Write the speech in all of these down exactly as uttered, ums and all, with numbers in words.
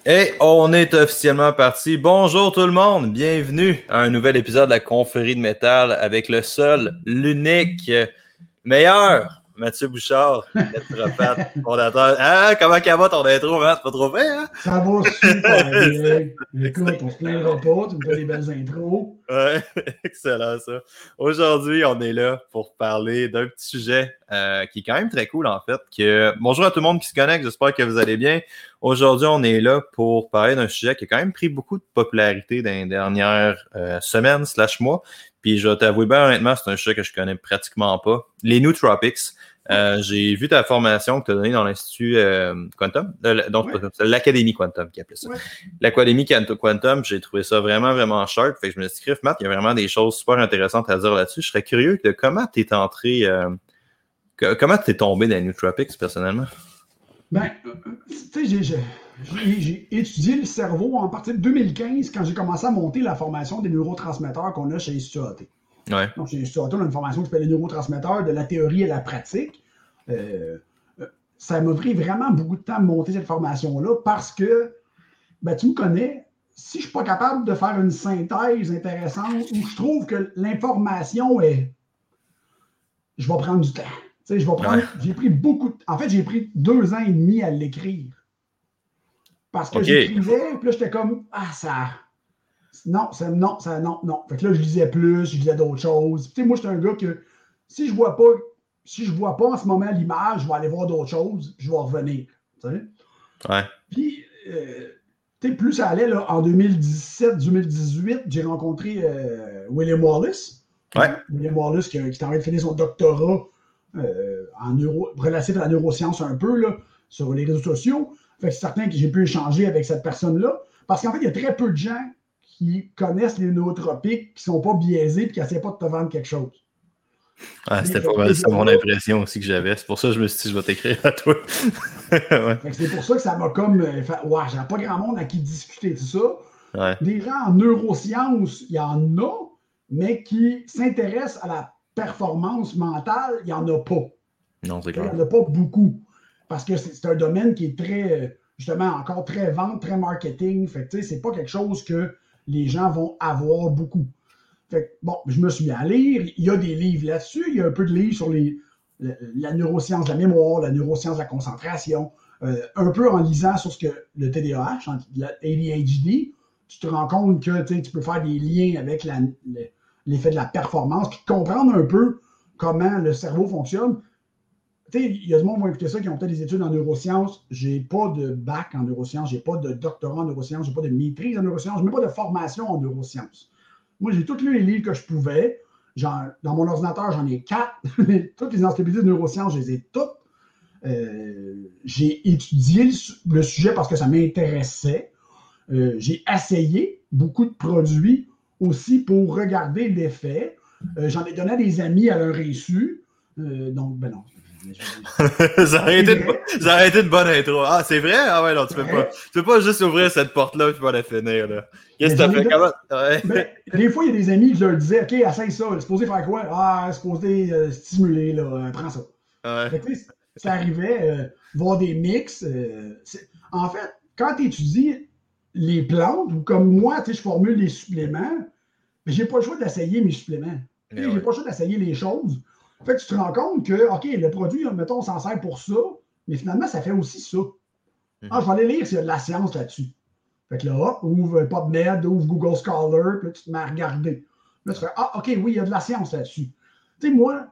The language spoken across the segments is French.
Et on est officiellement parti. Bonjour tout le monde, bienvenue à un nouvel épisode de la Confrérie de métal avec le seul, l'unique, meilleur, Mathieu Bouchard, naturopathe, fondateur. Ah, comment ça va ton intro, hein? C'est pas trop fait, hein? Ça va super bien. Écoute, on se plaindra pas, tu me fais des belles intros. Ouais, excellent ça. Aujourd'hui, on est là pour parler d'un petit sujet euh, qui est quand même très cool en fait. Que... Bonjour à tout le monde qui se connecte, j'espère que vous allez bien. Aujourd'hui, on est là pour parler d'un sujet qui a quand même pris beaucoup de popularité dans les dernières euh, semaines slash mois. Puis je vais t'avouer bien honnêtement, c'est un sujet que je connais pratiquement pas. Les nootropics. Euh, j'ai vu ta formation que tu as donnée dans l'Institut euh, Quantum, euh, donc ouais. l'Académie Quantum qui appelait ça. Ouais. L'Académie Quantum, j'ai trouvé ça vraiment, vraiment sharp. Fait que je me suis dit, Matt, il y a vraiment des choses super intéressantes à dire là-dessus. Je serais curieux de comment tu es entré, euh, que, comment tu es tombé dans les nootropics personnellement? Ben, tu sais, j'ai, j'ai, j'ai étudié le cerveau en partir de deux mille quinze quand j'ai commencé à monter la formation des neurotransmetteurs qu'on a chez l'Institut A T. Ouais. Donc, chez l'Institut A T, on a une formation qui s'appelle les neurotransmetteurs, de la théorie à la pratique. Euh, ça m'a pris vraiment beaucoup de temps de monter cette formation-là parce que, ben, tu me connais, si je ne suis pas capable de faire une synthèse intéressante où je trouve que l'information est... Je vais prendre du temps. Tu sais, je vais prendre... Ouais. J'ai pris beaucoup de... En fait, j'ai pris deux ans et demi à l'écrire. Parce que okay. j'écrivais, puis là, j'étais comme, ah, ça... Non, ça, non, ça, non, non. Fait que là, je lisais plus, je lisais d'autres choses. Tu sais, moi, j'étais un gars que si je vois pas, si je vois pas en ce moment l'image, je vais aller voir d'autres choses, puis je vais revenir. Tu sais? Ouais. Puis, euh, tu sais, plus ça allait, là, en deux mille dix-sept deux mille dix-huit, j'ai rencontré euh, William Wallace. Ouais. William Wallace qui, qui est en train de finir son doctorat euh, en neuro, relatif à la neuroscience un peu, là, sur les réseaux sociaux. Fait que c'est certain que j'ai pu échanger avec cette personne-là. Parce qu'en fait, il y a très peu de gens qui connaissent les nootropiques, qui ne sont pas biaisés et qui n'essaient pas de te vendre quelque chose. Ah, c'était pas mal ça mon impression aussi que j'avais. C'est pour ça que je me suis dit, je vais t'écrire à toi. Ouais. C'est pour ça que ça m'a comme fait, ouais, j'avais pas grand monde à qui discuter de ça. Ouais. Des gens en neurosciences, il y en a, mais qui s'intéressent à la performance mentale, il n'y en a pas. Non, c'est clair. Il n'y en a pas beaucoup. Parce que c'est, c'est un domaine qui est très, justement, encore très vente, très marketing. Fait que, c'est pas quelque chose que les gens vont avoir beaucoup. Fait que, bon, je me suis mis à lire. Il y a des livres là-dessus. Il y a un peu de livres sur les, la, la neuroscience de la mémoire, la neuroscience de la concentration. Euh, un peu en lisant sur ce que le T D A H, l'A D H D, tu te rends compte que tu peux faire des liens avec la, l'effet de la performance, puis comprendre un peu comment le cerveau fonctionne. Tu sais, il y a du monde qui vont écouter ça, qui ont peut-être des études en neurosciences. J'ai pas de bac en neurosciences, j'ai pas de doctorat en neurosciences, j'ai pas de maîtrise en neurosciences, j'ai pas de formation en neurosciences. Moi, j'ai tous lu les livres que je pouvais. Genre, dans mon ordinateur, j'en ai quatre. Toutes les encyclopédies de neurosciences, je les ai toutes. Euh, j'ai étudié le, le sujet parce que ça m'intéressait. Euh, j'ai essayé beaucoup de produits aussi pour regarder l'effet. Euh, j'en ai donné à des amis à leur insu. Euh, donc, ben non. ça, aurait été de, ça aurait été une bonne intro. Ah, c'est vrai? Ah ouais, non, tu peux pas. Tu peux pas juste ouvrir cette porte-là et tu vas la finir, là. Qu'est-ce que t'as fait? De... Comment... Ouais. Ben, des fois, il y a des amis qui leur disaient, OK, essaye ça. C'est supposé faire quoi? Ah, c'est supposé euh, stimuler, là. Euh, prends ça. Ouais. Fait que, ça arrivait, euh, voir des mix. Euh, en fait, quand tu étudies les plantes, ou comme moi, je formule des suppléments, mais j'ai pas le choix d'essayer mes suppléments. Ouais. J'ai pas le choix d'essayer les choses. Fait que tu te rends compte que, OK, le produit, mettons, on s'en sert pour ça, mais finalement, ça fait aussi ça. Mm-hmm. Ah, je vais aller lire s'il y a de la science là-dessus. Fait que là, hop, ouvre PubMed, ouvre Google Scholar, puis là, tu te mets à regarder. Là, tu fais, ah, OK, oui, il y a de la science là-dessus. Tu sais, moi,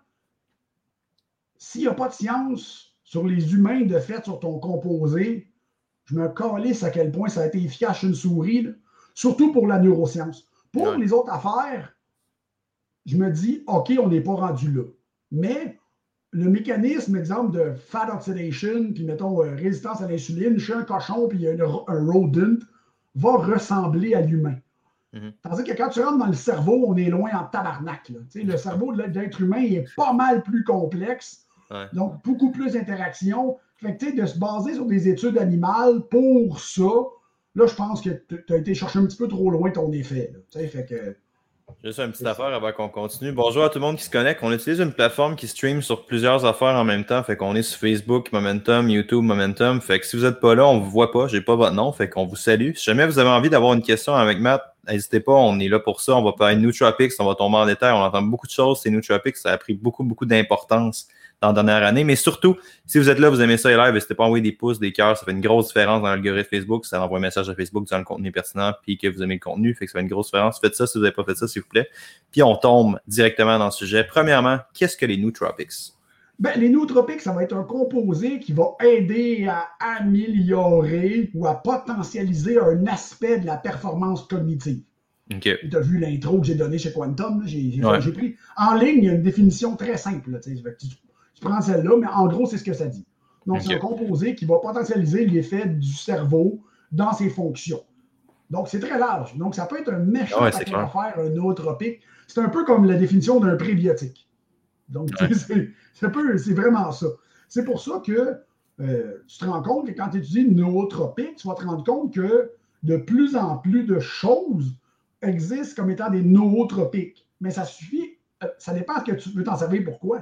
s'il n'y a pas de science sur les humains de fait sur ton composé, je me calisse à quel point ça a été efficace chez une souris, là. Surtout pour la neuroscience. Pour ouais. les autres affaires, je me dis, OK, on n'est pas rendu là. Mais le mécanisme, exemple, de fat oxidation, puis mettons euh, résistance à l'insuline, chez un cochon, puis un, un rodent, va ressembler à l'humain. Mm-hmm. Tandis que quand tu rentres dans le cerveau, on est loin en tabarnak. Là. Le cerveau de l'être humain est pas mal plus complexe, ouais. donc beaucoup plus d'interactions. Fait que, de se baser sur des études animales pour ça, là, je pense que tu as été chercher un petit peu trop loin ton effet. Là, fait que, Juste une petite affaire avant qu'on continue. Bonjour à tout le monde qui se connecte. On utilise une plateforme qui stream sur plusieurs affaires en même temps. Fait qu'on est sur Facebook, Momentum, YouTube, Momentum. Fait que si vous n'êtes pas là, on vous voit pas. J'ai pas votre nom. Fait qu'on vous salue. Si jamais vous avez envie d'avoir une question avec Matt, n'hésitez pas. On est là pour ça. On va parler de Nootropics. On va tomber en détail. On entend beaucoup de choses. C'est Nootropics. Ça a pris beaucoup, beaucoup d'importance dans la dernière année. Mais surtout, si vous êtes là, vous aimez ça et live, n'hésitez pas à envoyer des pouces, des cœurs. Ça fait une grosse différence dans l'algorithme Facebook. Ça envoie un message à Facebook dans le contenu pertinent puis que vous aimez le contenu. Fait que ça fait une grosse différence. Faites ça si vous n'avez pas fait ça, s'il vous plaît. Puis on tombe directement dans le sujet. Premièrement, qu'est-ce que les nootropics? Ben, les nootropics, ça va être un composé qui va aider à améliorer ou à potentialiser un aspect de la performance cognitive. Okay. Tu as vu l'intro que j'ai donnée chez Quantum. J'ai, j'ai, ouais. j'ai pris en ligne, il y a une définition très simple. Là, tu, tu prends celle-là, mais en gros, c'est ce que ça dit. Donc, okay. c'est un composé qui va potentialiser l'effet du cerveau dans ses fonctions. Donc, c'est très large. Donc, ça peut être un méchant ouais, paquet d'affaires, un nootropique. C'est un peu comme la définition d'un prébiotique. Donc, ouais. c'est, c'est, peu, c'est vraiment ça. C'est pour ça que euh, tu te rends compte que quand tu étudies nootropique, tu vas te rendre compte que de plus en plus de choses existent comme étant des nootropiques. Mais ça suffit, ça dépend de ce que tu veux t'en servir pourquoi.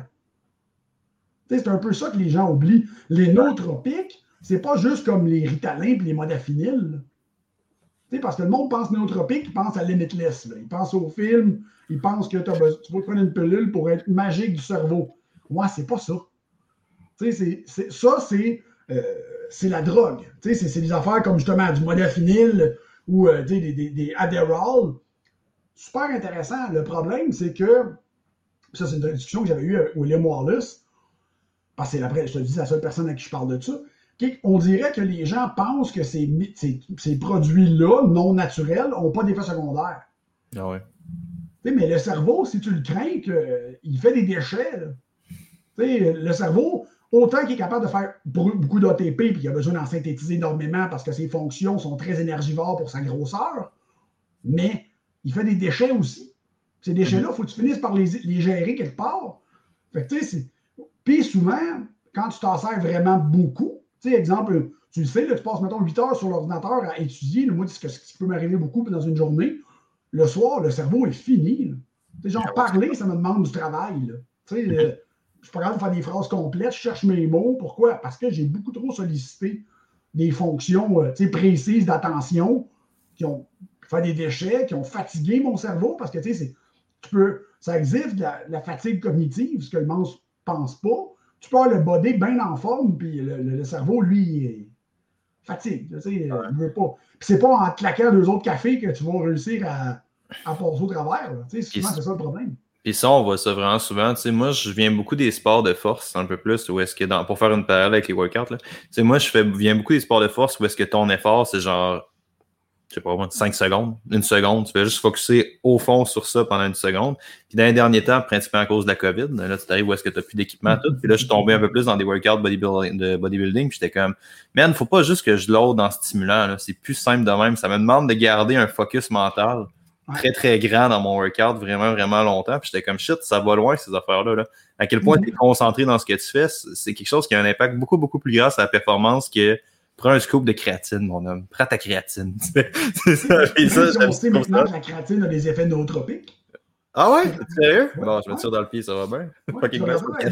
C'est un peu ça que les gens oublient. Les nootropiques, c'est pas juste comme les Ritalin et les modafinil. Parce que le monde pense nootropique, il pense à Limitless. Là. Il pense au film, il pense que besoin, tu vas prendre une pilule pour être magique du cerveau. Moi, c'est pas ça. C'est, c'est, ça, c'est, euh, c'est la drogue. C'est, c'est des affaires comme justement du modafinil ou euh, des, des, des Adderall. Super intéressant. Le problème, c'est que, ça, c'est une discussion que j'avais eue avec William Wallace, parce que c'est la, je te dis, la seule personne à qui je parle de ça. On dirait que les gens pensent que ces, ces, ces produits-là, non naturels, n'ont pas d'effet secondaire. Ah ouais. Mais le cerveau, si tu le crains, il fait des déchets. Le cerveau, autant qu'il est capable de faire beaucoup d'A T P et qu'il a besoin d'en synthétiser énormément parce que ses fonctions sont très énergivores pour sa grosseur, mais il fait des déchets aussi. Ces déchets-là, il faut que tu finisses par les, les gérer quelque part. Fait que, c'est... Puis souvent, quand tu t'en sers vraiment beaucoup, tu sais, exemple, tu le sais, là, tu passes, mettons, huit heures sur l'ordinateur à étudier. Là, moi, c'est ce qui peut m'arriver beaucoup dans une journée. Le soir, le cerveau est fini. Tu sais, genre, parler, ça me demande du travail. Tu sais, euh, je suis pas capable de faire des phrases complètes, je cherche mes mots. Pourquoi? Parce que j'ai beaucoup trop sollicité des fonctions euh, tu sais, précises d'attention qui ont fait des déchets, qui ont fatigué mon cerveau. Parce que, tu sais, c'est, tu peux, ça existe, la, la fatigue cognitive, ce que le monde ne pense pas. Tu peux avoir le body bien en forme, puis le, le, le cerveau, lui, est fatigue. Tu sais, ouais. Il veut pas. Puis c'est pas en claquant deux autres cafés que tu vas réussir à, à passer au travers. Tu sais, souvent, c'est ça le problème. Puis ça, on voit ça vraiment souvent. Tu sais, moi, je viens beaucoup des sports de force, un peu plus, où est-ce que, dans, pour faire une parallèle avec les workouts, là, tu sais, moi, je fais, viens beaucoup des sports de force où est-ce que ton effort, c'est genre, je sais pas, cinq secondes, une seconde. Tu vas juste focusser au fond sur ça pendant une seconde. Puis dans les derniers temps, principalement à cause de la COVID, là, tu t'arrives où est-ce que tu n'as plus d'équipement, tout. Puis là, je suis tombé un peu plus dans des workouts bodybuilding, de bodybuilding. Puis j'étais comme, man, faut pas juste que je load en stimulant. Là. C'est plus simple de même. Ça me demande de garder un focus mental très, très grand dans mon workout vraiment, vraiment longtemps. Puis j'étais comme, shit, ça va loin, ces affaires-là. Là. À quel point mm-hmm. tu es concentré dans ce que tu fais, c'est quelque chose qui a un impact beaucoup, beaucoup plus grand sur la performance que prends un scoop de créatine, mon homme. Prends ta créatine. C'est ça. Et ça on sait maintenant que la créatine a des effets nootropiques. Ah ouais? T'es sérieux? Ouais, bon, je vais te dire dans le pied, ça va bien. Ouais, il y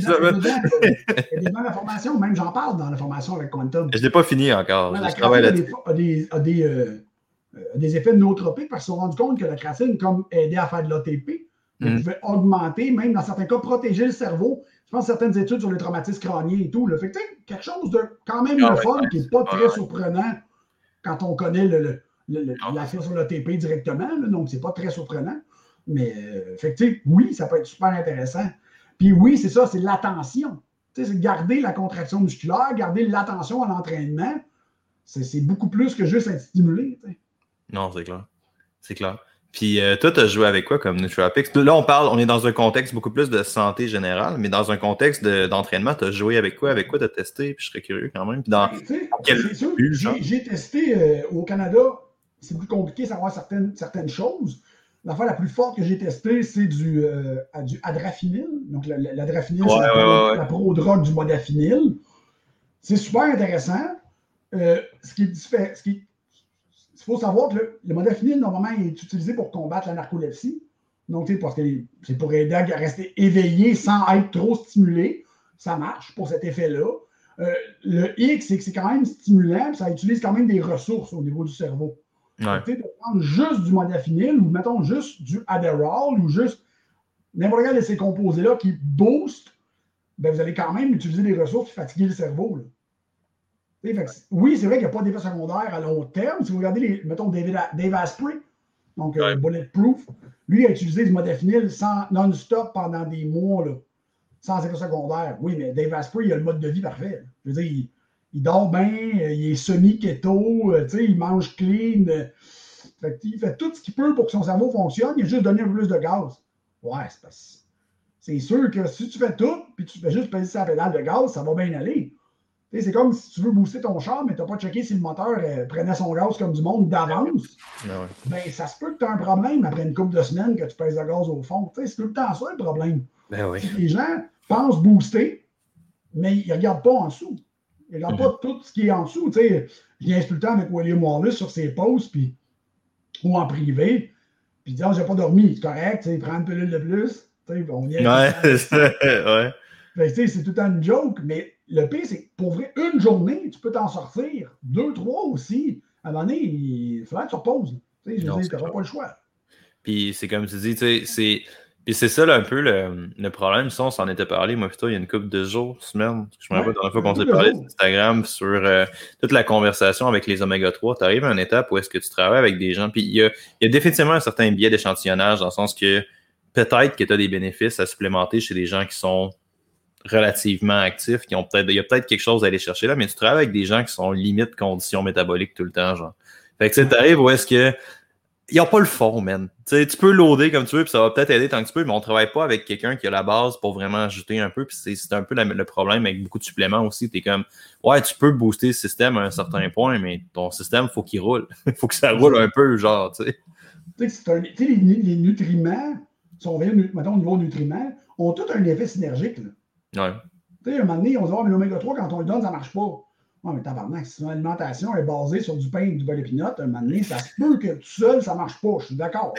a des dans la formation, même j'en parle dans la formation avec Quantum. Je ne l'ai pas fini encore. Ouais, la créatine a des, a des, a des, euh, des effets nootropiques parce qu'ils se sont rendus compte que la créatine, comme aidait à faire de l'A T P, mm. pouvait augmenter, même dans certains cas, protéger le cerveau. Je pense à certaines études sur les traumatismes crâniens et tout. Là. Fait que, quelque chose de quand même ah, le fun ouais, qui n'est pas très ouais. surprenant quand on connaît le, le, le, l'affaire sur l'A T P directement. Là, donc, c'est pas très surprenant. Mais, euh, fait que, oui, ça peut être super intéressant. Puis oui, c'est ça, c'est l'attention. T'sais, c'est garder la contraction musculaire, garder l'attention à l'entraînement. C'est, c'est beaucoup plus que juste être stimulé. T'sais. Non, c'est clair. C'est clair. Puis euh, toi, tu as joué avec quoi comme Nootropics? Là, on parle, on est dans un contexte beaucoup plus de santé générale, mais dans un contexte de, d'entraînement, tu as joué avec quoi? Avec quoi tu as testé? Puis je serais curieux quand même. Puis dans quel c'est sûr, but, j'ai, j'ai testé euh, au Canada, c'est plus compliqué de savoir certaines, certaines choses. L'affaire la plus forte que j'ai testée, c'est du, euh, du adrafinil. Donc, l'adrafinil, la, la, c'est ouais, la, ouais, la pro-drogue du modafinil. C'est super intéressant. Euh, ce qui est différent, ce qui il faut savoir que le, le modafinil, normalement, est utilisé pour combattre la narcolepsie. Donc, tu sais, parce que c'est pour aider à rester éveillé sans être trop stimulé. Ça marche pour cet effet-là. Euh, le X, c'est que c'est quand même stimulant, ça utilise quand même des ressources au niveau du cerveau. Ouais. Tu sais, de prendre juste du modafinil ou, mettons, juste du Adderall ou juste n'importe quel de ces composés-là qui boostent, ben, vous allez quand même utiliser des ressources et fatiguer le cerveau. Là. Fait que, oui, c'est vrai qu'il n'y a pas d'effet secondaire à long terme. Si vous regardez, les, mettons, David, Dave Asprey, donc euh, ouais. Bulletproof, lui a utilisé du modafinil sans, non-stop pendant des mois, là, sans effet secondaire. Oui, mais Dave Asprey, il a le mode de vie parfait. Là. Je veux dire, il, il dort bien, il est semi-keto, euh, il mange clean. Euh, fait, il fait tout ce qu'il peut pour que son cerveau fonctionne. Il a juste donné un peu plus de gaz. Ouais, c'est parce c'est sûr que si tu fais tout, puis tu fais juste peser sa pédale de gaz, ça va bien aller. C'est comme si tu veux booster ton char, mais tu n'as pas checké si le moteur euh, prenait son gaz comme du monde d'avance. Ouais. Ben, ça se peut que tu aies un problème après une couple de semaines que tu pèses le gaz au fond. T'sais, c'est tout le temps ça le problème. Ben oui. Les gens pensent booster, mais ils ne regardent pas en dessous. Ils ne regardent mm-hmm. pas tout ce qui est en dessous. T'sais, je viens tout le temps avec William Wallace sur ses posts puis, ou en privé. Puis il dit, oh, j'ai pas dormi, c'est correct, prends une pilule de plus. On y est ouais, ouais. Ben, c'est tout le temps une joke, mais le pire, c'est que pour vrai, une journée, tu peux t'en sortir. Deux, trois aussi. À un moment donné, il faudra que tu reposes. Tu n'auras pas le choix. Puis c'est comme tu dis, tu sais, c'est. Puis c'est ça là, un peu le, le problème. Ça, on s'en était parlé, moi, plutôt, il y a une couple de jours, semaines. Je me rappelle la dernière fois qu'on s'est parlé sur Instagram sur euh, toute la conversation avec les oméga trois. Tu arrives à une étape où est-ce que tu travailles avec des gens. Puis il y a, il y a définitivement un certain biais d'échantillonnage dans le sens que peut-être que tu as des bénéfices à supplémenter chez des gens qui sont relativement actifs, qui ont peut-être, il y a peut-être quelque chose à aller chercher là, mais tu travailles avec des gens qui sont limite conditions métaboliques tout le temps, genre. Fait que tu sais, t'arrives où est-ce que ils n'ont pas le fond, man. Tu sais, tu peux loader comme tu veux, puis ça va peut-être aider tant que tu peux, mais on travaille pas avec quelqu'un qui a la base pour vraiment ajouter un peu, puis c'est, c'est un peu la, le problème avec beaucoup de suppléments aussi. T'es comme, ouais, tu peux booster le système à un certain point, mais ton système, faut qu'il roule. faut que ça roule un peu, genre, tu sais. Tu sais, les, les nutriments, si on revient, mettons, au niveau nutriments, ont tout un effet synergique, là. Ouais. Tu sais, un moment donné, on se dit, oh, mais l'oméga trois, quand on le donne, ça ne marche pas. Ouais, mais tabarnak, si ton alimentation est basée sur du pain et du beurre d'épinot, un moment donné, ça se peut que tout seul, ça ne marche pas. Je suis d'accord.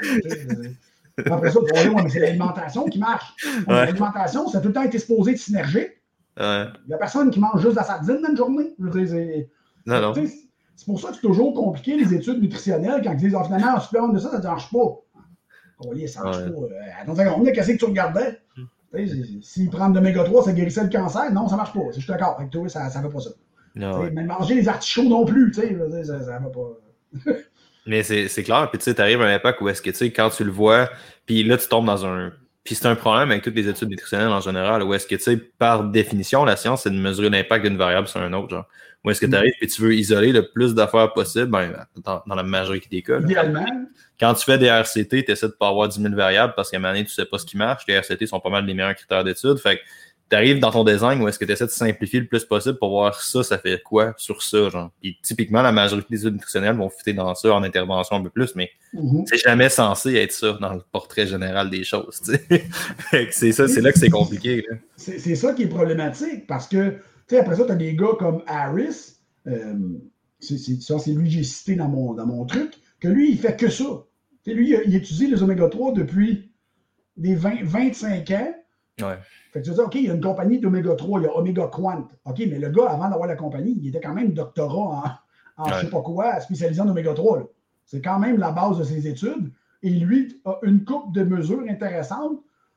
Après ça, pour aller, ouais, mais c'est l'alimentation qui marche. Ouais. Ouais. L'alimentation, ça a tout le temps été supposé être synergique. Ouais. Il n'y a personne qui mange juste de la sardine dans une journée. Je veux dire, c'est... Non, non. C'est pour ça que c'est toujours compliqué, les études nutritionnelles, quand ils disent, oh, finalement, en supplément de ça, ça ne marche pas. Oh, yeah, ça ne marche ouais. pas. Attends, on qu'est-ce que tu regardais? S'ils prennent de l'oméga trois, ça guérissait le cancer. Non, ça ne marche pas. Je suis d'accord avec toi, ça ne fait pas ça. Non, ouais. Mais manger les artichauts non plus, ça ne va pas. Mais c'est, c'est clair. Puis tu sais, tu arrives à un époque où est-ce que tu sais, quand tu le vois, puis là, tu tombes dans un. Puis c'est un problème avec toutes les études nutritionnelles en général, où est-ce que tu sais, par définition, la science, c'est de mesurer l'impact d'une variable sur un autre. Genre. Où est-ce que tu arrives et tu veux isoler le plus d'affaires possible, ben, dans, dans la majorité des cas. Là, idéalement. Quand tu fais des R C T, tu essaies de ne pas avoir dix mille variables parce qu'à un moment donné, tu ne sais pas ce qui marche. Les R C T sont pas mal les meilleurs critères d'étude. Fait que tu arrives dans ton design où est-ce que tu essaies de simplifier le plus possible pour voir ça, ça fait quoi sur ça, genre. Puis typiquement, la majorité des études nutritionnelles vont fitter dans ça en intervention un peu plus, mais mm-hmm. c'est jamais censé être ça dans le portrait général des choses, tu sais. c'est ça, c'est là que c'est compliqué. Là. C'est, c'est ça qui est problématique parce que, tu sais, après ça, tu as des gars comme Harris, euh, c'est, c'est, ça, c'est lui que j'ai cité dans mon, dans mon truc, que lui, il fait que ça. Tu sais, lui, il, il étudie les oméga trois depuis des vingt, vingt-cinq ans. Ouais. Fait que tu vas dire, OK, il y a une compagnie d'oméga trois, il y a Omega Quant. OK, mais le gars, avant d'avoir la compagnie, il était quand même doctorat en, en ouais. je sais pas quoi, spécialisé en oméga trois. Là. C'est quand même la base de ses études. Et lui a une couple de mesures intéressantes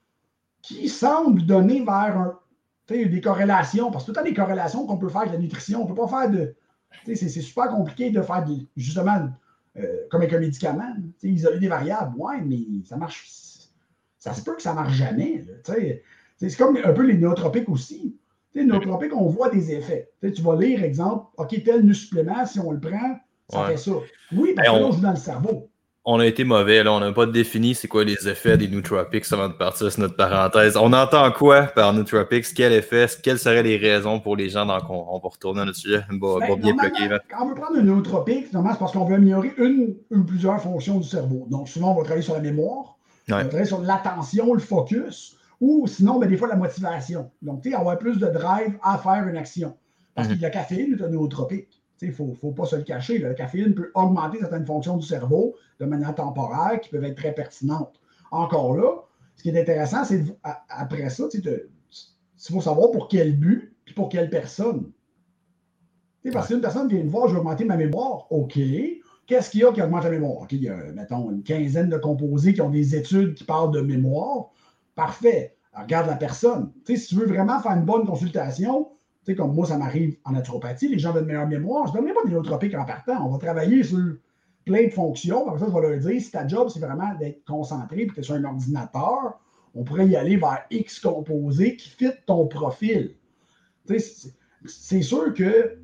qui semblent donner vers un, des corrélations. Parce que tout le temps, des corrélations qu'on peut faire avec la nutrition. On ne peut pas faire de... C'est, c'est super compliqué de faire, des, justement, euh, comme avec un médicament, isoler des variables. Ouais, mais ça marche... Ça se peut que ça ne marche jamais. Là, c'est comme un peu les néotropiques aussi. Les néotropiques, on voit des effets. T'sais, tu vas lire, exemple, OK, tel supplément, si on le prend, ça ouais. fait ça. Oui, parce que là, on joue dans le cerveau. On a été mauvais, là. On n'a pas défini c'est quoi les effets des nootropics avant de partir sur notre parenthèse. On entend quoi par nootropics? Quel effet? Quelles seraient les raisons pour les gens? Donc, on, on va retourner à notre sujet. Bon, ben, bien bloqué, quand on veut prendre un nootropique, normalement, c'est parce qu'on veut améliorer une ou plusieurs fonctions du cerveau. Donc, souvent, on va travailler sur la mémoire, ouais. on va travailler sur l'attention, le focus. Ou sinon, ben, des fois, la motivation. Donc, tu sais, avoir plus de drive à faire une action. Parce mm-hmm. que la caféine est un nootropique. Il ne faut, faut pas se le cacher. Là. La caféine peut augmenter certaines fonctions du cerveau de manière temporaire qui peuvent être très pertinentes. encore là, ce qui est intéressant, c'est de, à, après ça, tu il faut savoir pour quel but puis pour quelle personne. T'sais, parce qu'une personne vient me voir, je vais augmenter ma mémoire. OK. Qu'est-ce qu'il y a qui augmente la mémoire? OK, il y a, mettons, une quinzaine de composés qui ont des études qui parlent de mémoire. Parfait. Alors, regarde la personne. T'sais, si tu veux vraiment faire une bonne consultation, comme moi, ça m'arrive en naturopathie, les gens veulent une meilleure mémoire. Je ne donnerai pas des nootropiques en partant. On va travailler sur plein de fonctions. Par ça, je vais leur dire, si ta job, c'est vraiment d'être concentré et que tu es sur un ordinateur, on pourrait y aller vers X composés qui fit ton profil. C'est, c'est sûr que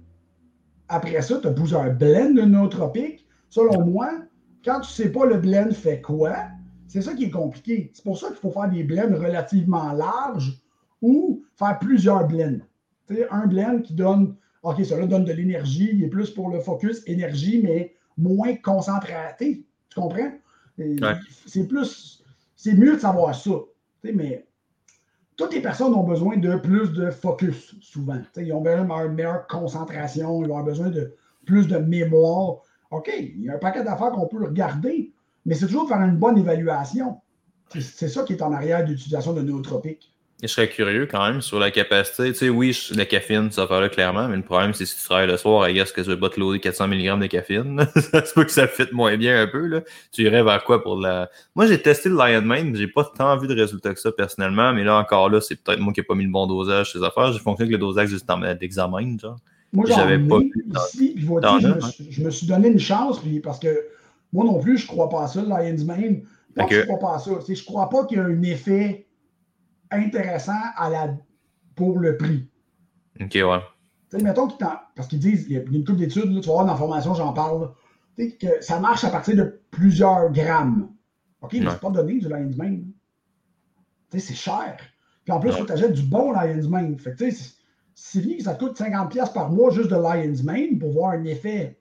après ça, tu as plusieurs blends de nootropiques. Selon moi, quand tu ne sais pas le blend fait quoi, c'est ça qui est compliqué. C'est pour ça qu'il faut faire des blends relativement larges ou faire plusieurs blends. T'sais, un blend qui donne, OK, ça là donne de l'énergie, il est plus pour le focus énergie, mais moins concentré. Tu comprends? Ouais. C'est plus, c'est mieux de savoir ça. Mais toutes les personnes ont besoin de plus de focus, souvent. T'sais, ils ont besoin d'une meilleure concentration, ils ont besoin de plus de mémoire. OK, il y a un paquet d'affaires qu'on peut regarder, mais c'est toujours de faire une bonne évaluation. C'est, c'est ça qui est en arrière de l'utilisation de nootropiques. Je serais curieux quand même sur la capacité. Tu sais, oui, la caféine, ça fait là clairement, mais le problème, c'est si tu travailles le soir, I guess que tu veux pas te loader quatre cents milligrammes de caféine. Ça se peut que ça fitte moins bien un peu, là. Tu irais vers quoi pour la... Moi, j'ai testé le Lion Mane, j'ai pas tant vu de résultats que ça, personnellement, mais là, encore là, c'est peut-être moi qui ai pas mis le bon dosage, ces affaires. J'ai fonctionné avec le dosage juste en d'examen, genre. Moi, j'en ai pas ici, puis vois-tu, je, me suis, je me suis donné une chance, puis parce que moi non plus, je crois pas à ça, le Lion's Mane. Pas okay. que je crois pas à ça. C'est, je crois pas qu'il y a un effet intéressant à la, pour le prix. OK, ouais. T'sais, mettons qu'ils parce qu'ils disent, il y a une couple d'études, là, tu vas voir dans la formation, j'en parle, là, que ça marche à partir de plusieurs grammes. OK, mais ouais. C'est pas donné du Lion's Mane. C'est cher. Puis en plus, il faut que tu achètes du bon Lion's Mane. Fait que tu sais, c'est fini que ça te coûte cinquante dollars par mois juste de Lion's Mane pour voir un effet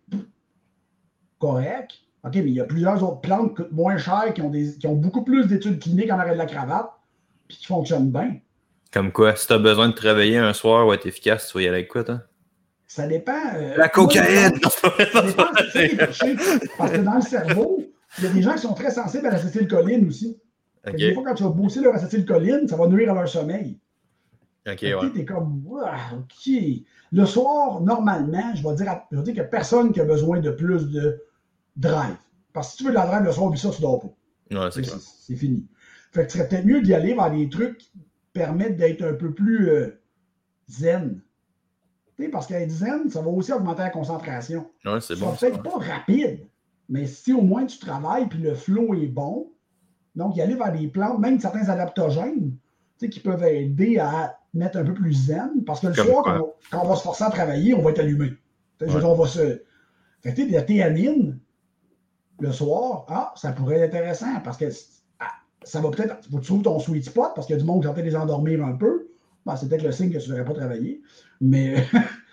correct. OK, mais il y a plusieurs autres plantes qui coûtent moins cher, qui ont, des, qui ont beaucoup plus d'études cliniques en arrêt de la cravate, puis qui fonctionnent bien. Comme quoi, si tu as besoin de travailler un soir ou être efficace, tu vas y aller avec quoi, toi? Ça dépend. Euh, la cocaïne! Ça dépend ce qui est touché. Parce que dans le cerveau, il y a des gens qui sont très sensibles à l'acétylcholine aussi. Okay. Des fois, quand tu vas booster leur acétylcholine, ça va nuire à leur sommeil. OK, ouais. Tu es comme, wow, OK. Le soir, normalement, je vais dire, à, je vais dire qu'il n'y a personne qui a besoin de plus de drive. Parce que si tu veux de la drive le soir, puis ça, tu ne dors pas. Ouais, c'est, c'est, c'est fini. Fait que ce serait peut-être mieux d'y aller vers des trucs qui permettent d'être un peu plus euh, zen. T'sais, parce qu'être zen, ça va aussi augmenter la concentration. Ouais, c'est ça bon. va peut-être pas rapide, mais si au moins tu travailles puis le flow est bon, donc y aller vers des plantes, même certains adaptogènes, qui peuvent aider à mettre un peu plus zen, parce que le Comme soir, quand on, quand on va se forcer à travailler, on va être allumé. Ouais. Je veux dire, on va se... Fait que, la théanine, le soir, ah, ça pourrait être intéressant, parce que ah, ça va peut-être... Faut que tu trouves ton sweet spot, parce qu'il y a du monde qui va peut-être les endormir un peu. Ben, c'est peut-être le signe que tu ne devrais pas travailler. Mais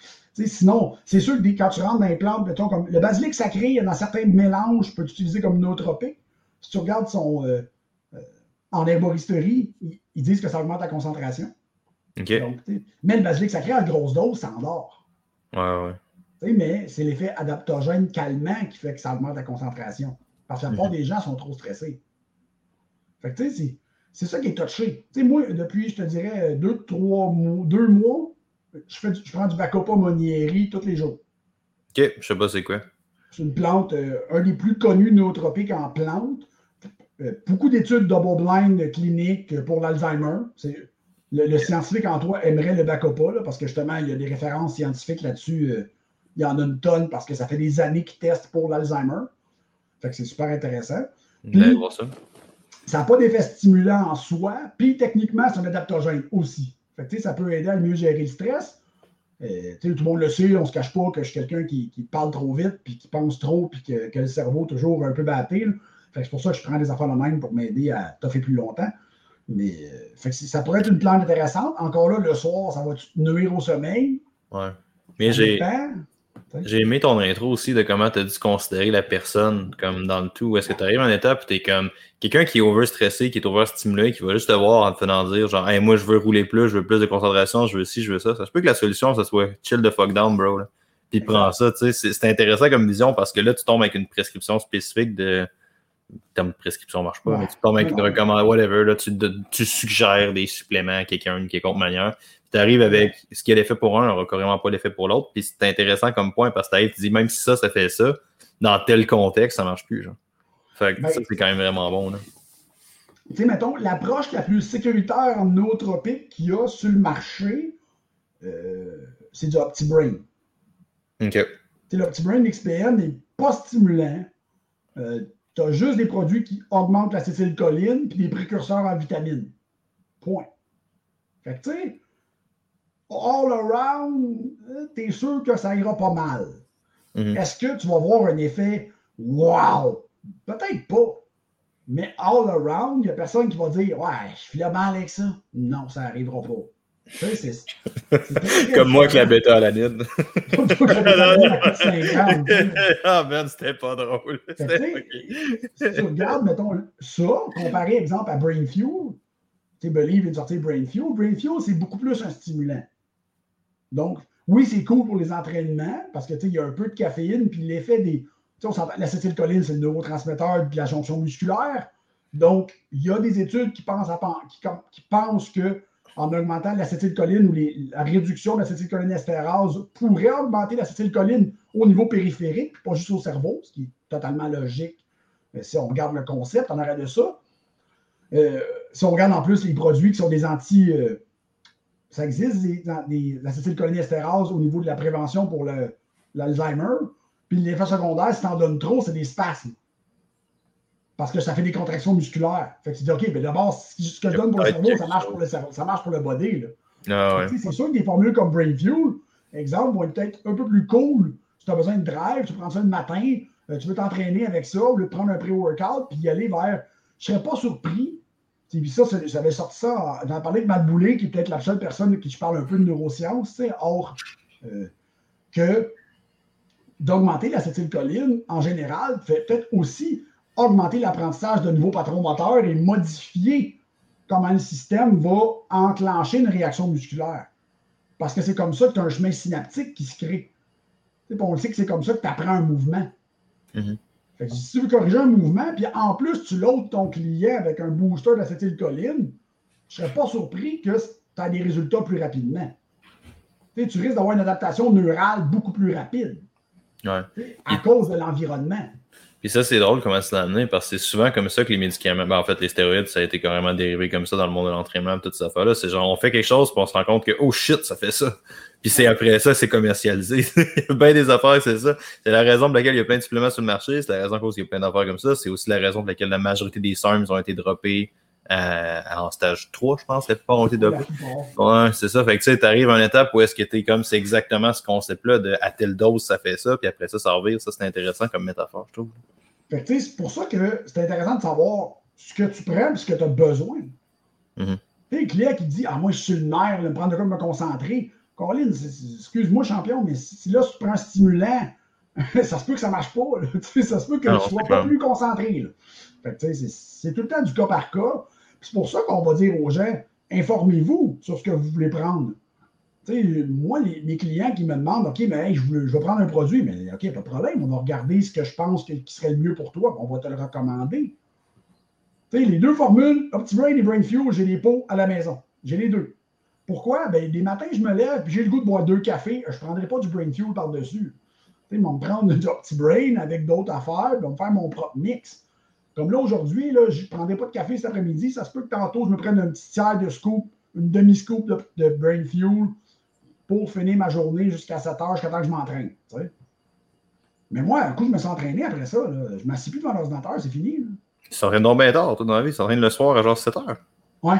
sinon, c'est sûr que quand tu rentres dans les plantes, mettons, comme le basilic sacré, dans certains mélanges, peut être utilisé comme nootropique. Si tu regardes son... Euh, euh, en herboristerie, ils, ils disent que ça augmente la concentration. Okay. Donc, mais le basilic sacré, à grosse dose, ça endort. Ouais, ouais. T'sais, mais c'est l'effet adaptogène calmant qui fait que ça augmente la concentration. Parce que la plupart mm-hmm. des gens sont trop stressés. Fait que tu sais, c'est, c'est ça qui est touché. Tu sais, moi, depuis, je te dirais, deux, trois mois, deux mois, je, fais du, je prends du Bacopa monieri tous les jours. OK, je sais pas c'est quoi. C'est une plante, euh, un des plus connus nootropiques en plante. Euh, beaucoup d'études double-blind cliniques pour l'Alzheimer. C'est, le, le scientifique en toi aimerait le Bacopa, là, parce que justement, il y a des références scientifiques là-dessus. Euh, il y en a une tonne parce que ça fait des années qu'ils testent pour l'Alzheimer. Fait que c'est super intéressant. Puis, voir ça. Ça n'a pas d'effet stimulant en soi, puis techniquement, c'est un adaptogène aussi. Fait que, ça peut aider à mieux gérer le stress. Euh, tout le monde le sait, on ne se cache pas que je suis quelqu'un qui, qui parle trop vite, puis qui pense trop, puis que, que le cerveau est toujours un peu batté. Là. Fait que c'est pour ça que je prends des affaires de même pour m'aider à toffer plus longtemps. Mais euh, fait que ça pourrait être une plante intéressante. Encore là, le soir, ça va te nuire au sommeil. Ouais. Mais ça j'ai... dépend. J'ai aimé ton intro aussi de comment tu as dû considérer la personne comme dans le tout. Est-ce que tu arrives à une étape où tu es comme quelqu'un qui est over-stressé, qui est over-stimulé, qui va juste te voir en te faisant dire genre hey, moi je veux rouler plus, je veux plus de concentration, je veux ci, je veux ça. Ça se peut que la solution, ça soit chill the fuck down, bro. Là. Puis prends ça, tu sais. C'est, c'est intéressant comme vision parce que là, tu tombes avec une prescription spécifique de le terme de prescription marche pas, ouais. mais tu tombes avec une recommandation, whatever, là, tu, tu suggères des suppléments à quelqu'un d'une quelconque manière. Tu arrives avec ce qui a l'effet pour un, n'aura carrément pas l'effet pour l'autre. Puis c'est intéressant comme point parce que tu te dis, même si ça, ça fait ça, dans tel contexte, ça marche plus. Genre. Fait que ben, ça, c'est quand même vraiment bon. Tu sais, mettons, l'approche la plus sécuritaire en nootropique qu'il y a sur le marché, euh, c'est du OptiBrain. OK. Tu sais, l'OptiBrain X P N n'est pas stimulant. Euh, tu as juste des produits qui augmentent l'acétylcholine puis des précurseurs en vitamines. Point. Fait que, tu sais, all around, t'es sûr que ça ira pas mal. Mm-hmm. Est-ce que tu vas voir un effet wow? Peut-être pas. Mais all around, il n'y a personne qui va dire ouais, je file mal avec ça. Non, ça n'arrivera pas. Tu sais, c'est, c'est Comme moi avec la bêta-alanine. Ah, man, c'était pas drôle. C'était okay. Si tu regardes, mettons, ça, comparé, exemple, à Brain Fuel, tu sais, Believe vient de sortir Brain Fuel. Brain Fuel, c'est beaucoup plus un stimulant. Donc, oui, c'est cool pour les entraînements, parce que, tu sais, il y a un peu de caféine, puis l'effet des... Tu sais, l'acétylcholine, c'est le neurotransmetteur de la jonction musculaire. Donc, il y a des études qui pensent, à, qui, qui pensent que en augmentant l'acétylcholine ou les, la réduction de l'acétylcholinestérase pourrait augmenter l'acétylcholine au niveau périphérique, pas juste au cerveau, ce qui est totalement logique. Mais si on regarde le concept en arrêt de ça, euh, si on regarde en plus les produits qui sont des anti... Euh, ça existe, des, des acétylcholinestérase au niveau de la prévention pour le, l'Alzheimer. Puis l'effet secondaire, si tu en donnes trop, c'est des spasmes. Parce que ça fait des contractions musculaires. Fait que tu dis, OK, mais d'abord, ce que je donne pour le cerveau, ça marche pour le cerveau, ça marche pour le body. Là. Ah ouais. C'est sûr que des formules comme Brain Fuel, exemple, vont être peut-être un peu plus cool. Si tu as besoin de drive, tu prends ça le matin, euh, tu veux t'entraîner avec ça, ou le prendre un pré-workout, puis y aller vers. Je ne serais pas surpris. Puis ça, j'avais sorti ça, j'en parlais avec Matt Boulay, qui est peut-être la seule personne de qui je parle un peu de neurosciences, or euh, que d'augmenter l'acétylcholine, en général, fait peut-être aussi augmenter l'apprentissage de nouveaux patrons moteurs et modifier comment le système va enclencher une réaction musculaire. Parce que c'est comme ça que tu as un chemin synaptique qui se crée. On le sait que c'est comme ça que tu apprends un mouvement. Mm-hmm. Fait que si tu veux corriger un mouvement, puis en plus tu loads ton client avec un booster d'acétylcholine, je ne serais pas surpris que tu aies des résultats plus rapidement. T'sais, tu risques d'avoir une adaptation neurale beaucoup plus rapide. Ouais. À Et... cause de l'environnement. Puis ça, c'est drôle comment c'est amené, parce que c'est souvent comme ça que les médicaments, ben en fait, les stéroïdes, ça a été carrément dérivé comme ça dans le monde de l'entraînement, toute cette affaire-là. C'est genre, on fait quelque chose, puis on se rend compte que, oh shit, ça fait ça. Puis c'est après ça, c'est commercialisé. Il y a bien des affaires, c'est ça. C'est la raison pour laquelle il y a plein de suppléments sur le marché. C'est la raison pour laquelle il y a plein d'affaires comme ça. C'est aussi la raison pour laquelle la majorité des S A R Ms ont été droppés euh, en stage trois, je pense. La plupart ont été droppés. Ouais, c'est ça. Fait que tu sais, t'arrives à une étape où est-ce que t'es comme, c'est exactement ce concept-là de à telle dose, ça fait ça, puis après ça, ça revient. Ça, c'est intéressant comme métaphore, je trouve. Fait que, c'est pour ça que c'est intéressant de savoir ce que tu prends et ce que tu as besoin. Mm-hmm. Tu sais, le client qui dit « Ah, moi, je suis le nerf, me prendre de quoi me concentrer. » Colin, excuse-moi, champion, mais si, si là, tu prends un stimulant, ça se peut que ça ne marche pas. Là. Ça se peut que non, tu ne sois pas plus concentré. Là. Fait que, c'est, c'est tout le temps du cas par cas. C'est pour ça qu'on va dire aux gens « Informez-vous sur ce que vous voulez prendre. » T'sais, moi, les, les clients qui me demandent, OK, mais hey, je, veux, je vais prendre un produit, mais OK, pas de problème, on va regarder ce que je pense que, qui serait le mieux pour toi, on va te le recommander. T'sais, les deux formules, OptiBrain et Brain Fuel, j'ai les pots à la maison. J'ai les deux. Pourquoi? Ben, des matins, je me lève et j'ai le goût de boire deux cafés, je ne prendrai pas du Brain Fuel par-dessus. Ils vont me prendre du OptiBrain avec d'autres affaires, ils vont me faire mon propre mix. Comme là, aujourd'hui, là, je ne prendrai pas de café cet après-midi, ça se peut que tantôt, je me prenne un petit tiers de scoop, une demi-scoop de, de Brain Fuel, pour finir ma journée jusqu'à sept heures, jusqu'à temps que je m'entraîne. T'sais. Mais moi, un coup, je me suis entraîné après ça. Là, je ne m'assieds plus devant l'ordinateur, c'est fini. Là. Tu s'entraînes donc bien tard, toi, dans la vie. Tu s'entraînes le soir à genre sept heures. Ouais.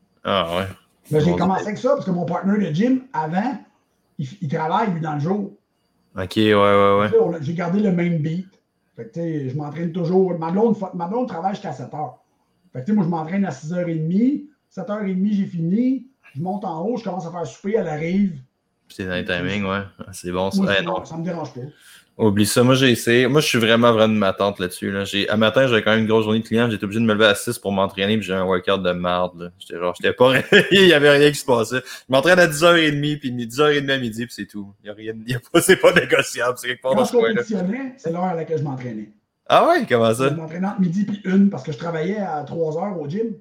Ah ouais. Mais j'ai bon, commencé avec ça parce que mon partenaire de gym, avant, il, il travaille, lui, dans le jour. OK, ouais, ouais, ouais. On, j'ai gardé le même beat. Fait que, je m'entraîne toujours. Ma blonde, ma blonde travaille jusqu'à sept heures. Fait que, moi, je m'entraîne à six heures trente. sept heures trente, j'ai fini. Je monte en haut, je commence à faire souper, elle arrive. C'est dans les timings, ouais. C'est bon. Ça, moi, hey, non. Ça me dérange pas. Oublie ça. Moi, j'ai essayé. Moi, je suis vraiment, vraiment de ma tante là-dessus. Là. J'ai... À matin, j'avais quand même une grosse journée de clients. J'étais obligé de me lever à six pour m'entraîner. Puis j'ai un workout de merde. Là. J'étais genre, j'étais pas réveillé. Il y avait rien qui se passait. Je m'entraîne à dix heures trente, puis dix heures trente à midi, puis c'est tout. Il y a rien. Il y a pas... C'est pas négociable. C'est quelque part Quand dans je ce coin-là. compétitionnais, c'est l'heure à laquelle je m'entraînais. Ah ouais, comment ça? Je m'entraînais entre midi puis une parce que je travaillais à trois heures au gym.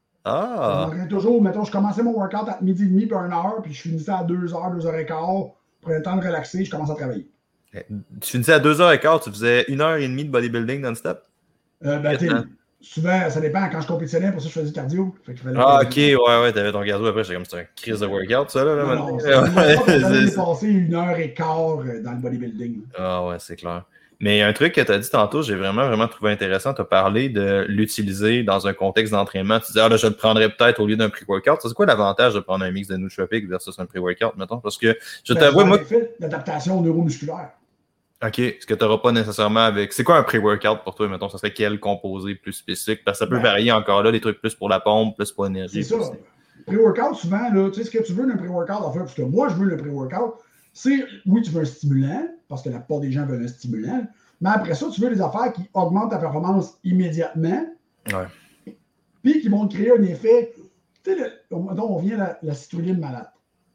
Je Ah! m'entraînais toujours, mettons, je commençais mon workout à midi et demi puis une heure, puis je finissais à deux heures, deux heures et quart. Prenais le temps de relaxer, je commençais à travailler. Tu finissais à deux heures quinze, tu faisais une heure et demie de bodybuilding non-stop? Euh, ben, tu souvent, ça dépend. Quand je compétitionnais, pour ça, je faisais du cardio. Fait qu'il fallait Ah, que ok, ouais, ouais, t'avais ton cardio après, j'étais comme, c'est un crise de workout, ça, là, là non, maintenant. non, le workout n'a jamais C'est ça. dépassé une heure et quart dans le bodybuilding. Ah, ouais, c'est clair. Mais un truc que tu as dit tantôt, j'ai vraiment, vraiment trouvé intéressant. Tu as parlé de l'utiliser dans un contexte d'entraînement. Tu disais, ah là, je le prendrais peut-être au lieu d'un pré-workout. C'est quoi l'avantage de prendre un mix de nootropics versus un pré-workout, mettons? Parce que je Ben, t'avoue, moi. L'effet d'adaptation neuromusculaire. OK, ce que tu n'auras pas nécessairement avec. C'est quoi un pré-workout pour toi, mettons? Ça serait quel composé plus spécifique? Parce que ça peut Ben, varier encore là, des trucs plus pour la pompe, plus pour l'énergie. C'est ça. Pré-workout, souvent, là, tu sais, ce que tu veux d'un pré-workout, en fait, parce que moi, je veux le pré-workout, c'est, oui, tu veux un stimulant, parce que la plupart des gens veulent un stimulant, mais après ça, tu veux des affaires qui augmentent ta performance immédiatement, Ouais. puis qui vont créer un effet. Tu sais, on vient la, la citrulline malade.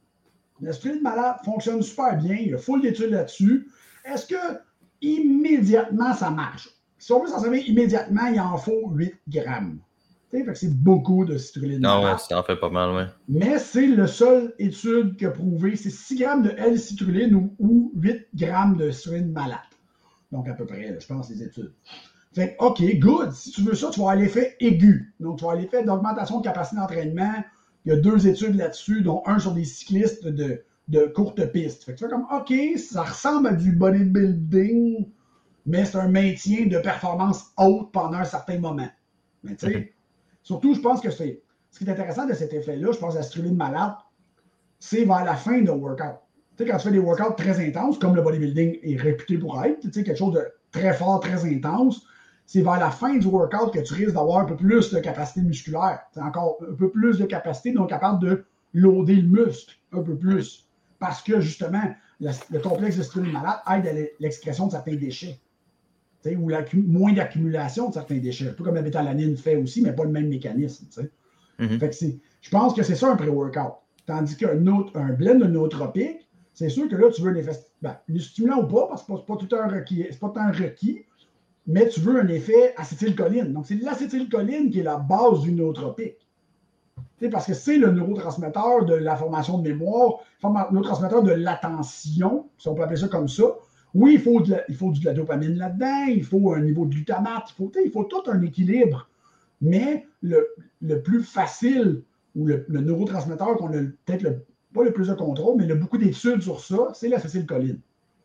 La citrulline malade fonctionne super bien, il y a full d'études là-dessus. Est-ce que immédiatement ça marche? Si on veut s'en servir immédiatement, il en faut huit grammes. Fait que c'est beaucoup de citrulline Ah malade. ouais, ça en fait pas mal, ouais. Mais c'est le seul étude qui a prouvé, c'est six grammes de L-citrulline ou, ou huit grammes de citrulline malate. Donc à peu près, là, je pense, les études. Fait que, OK, good. Si tu veux ça, tu vas avoir l'effet aigu. Donc, tu vas avoir l'effet d'augmentation de capacité d'entraînement. Il y a deux études là-dessus, dont un sur des cyclistes de, de courte piste. Fait que tu fais comme, OK, ça ressemble à du bodybuilding, mais c'est un maintien de performance haute pendant un certain moment. Mais tu sais, mm-hmm. surtout, je pense que c'est. Ce qui est intéressant de cet effet-là, je pense à la citrulline malade, c'est vers la fin de workout. Tu sais, quand tu fais des workouts très intenses, comme le bodybuilding est réputé pour être, tu sais, quelque chose de très fort, très intense, c'est vers la fin du workout que tu risques d'avoir un peu plus de capacité musculaire. C'est encore un peu plus de capacité, donc capable de loader le muscle un peu plus. Parce que, justement, le, le complexe de citrulline malade aide à l'excrétion de certains déchets. Tu sais, ou moins d'accumulation de certains déchets. Un peu comme la bétalanine fait aussi, mais pas le même mécanisme. Tu sais. Mm-hmm. Fait que je pense que c'est ça un pré-workout. Tandis qu'un autre, un blend de nootropique, c'est sûr que là, tu veux un effet ben, stimulant ou pas, parce que c'est pas, pas tout un requis, c'est pas tant requis, mais tu veux un effet acétylcholine. Donc, c'est l'acétylcholine qui est la base du nootropique. T'sais, parce que c'est le neurotransmetteur de la formation de mémoire, le neurotransmetteur de l'attention, si on peut appeler ça comme ça. Oui, il faut de la, il faut de la dopamine là-dedans, il faut un niveau de glutamate, il faut, il faut tout un équilibre. Mais le, le plus facile, ou le, le neurotransmetteur qu'on a peut-être le, pas le plus de contrôle, mais il y a beaucoup d'études sur ça, c'est l'acétylcholine.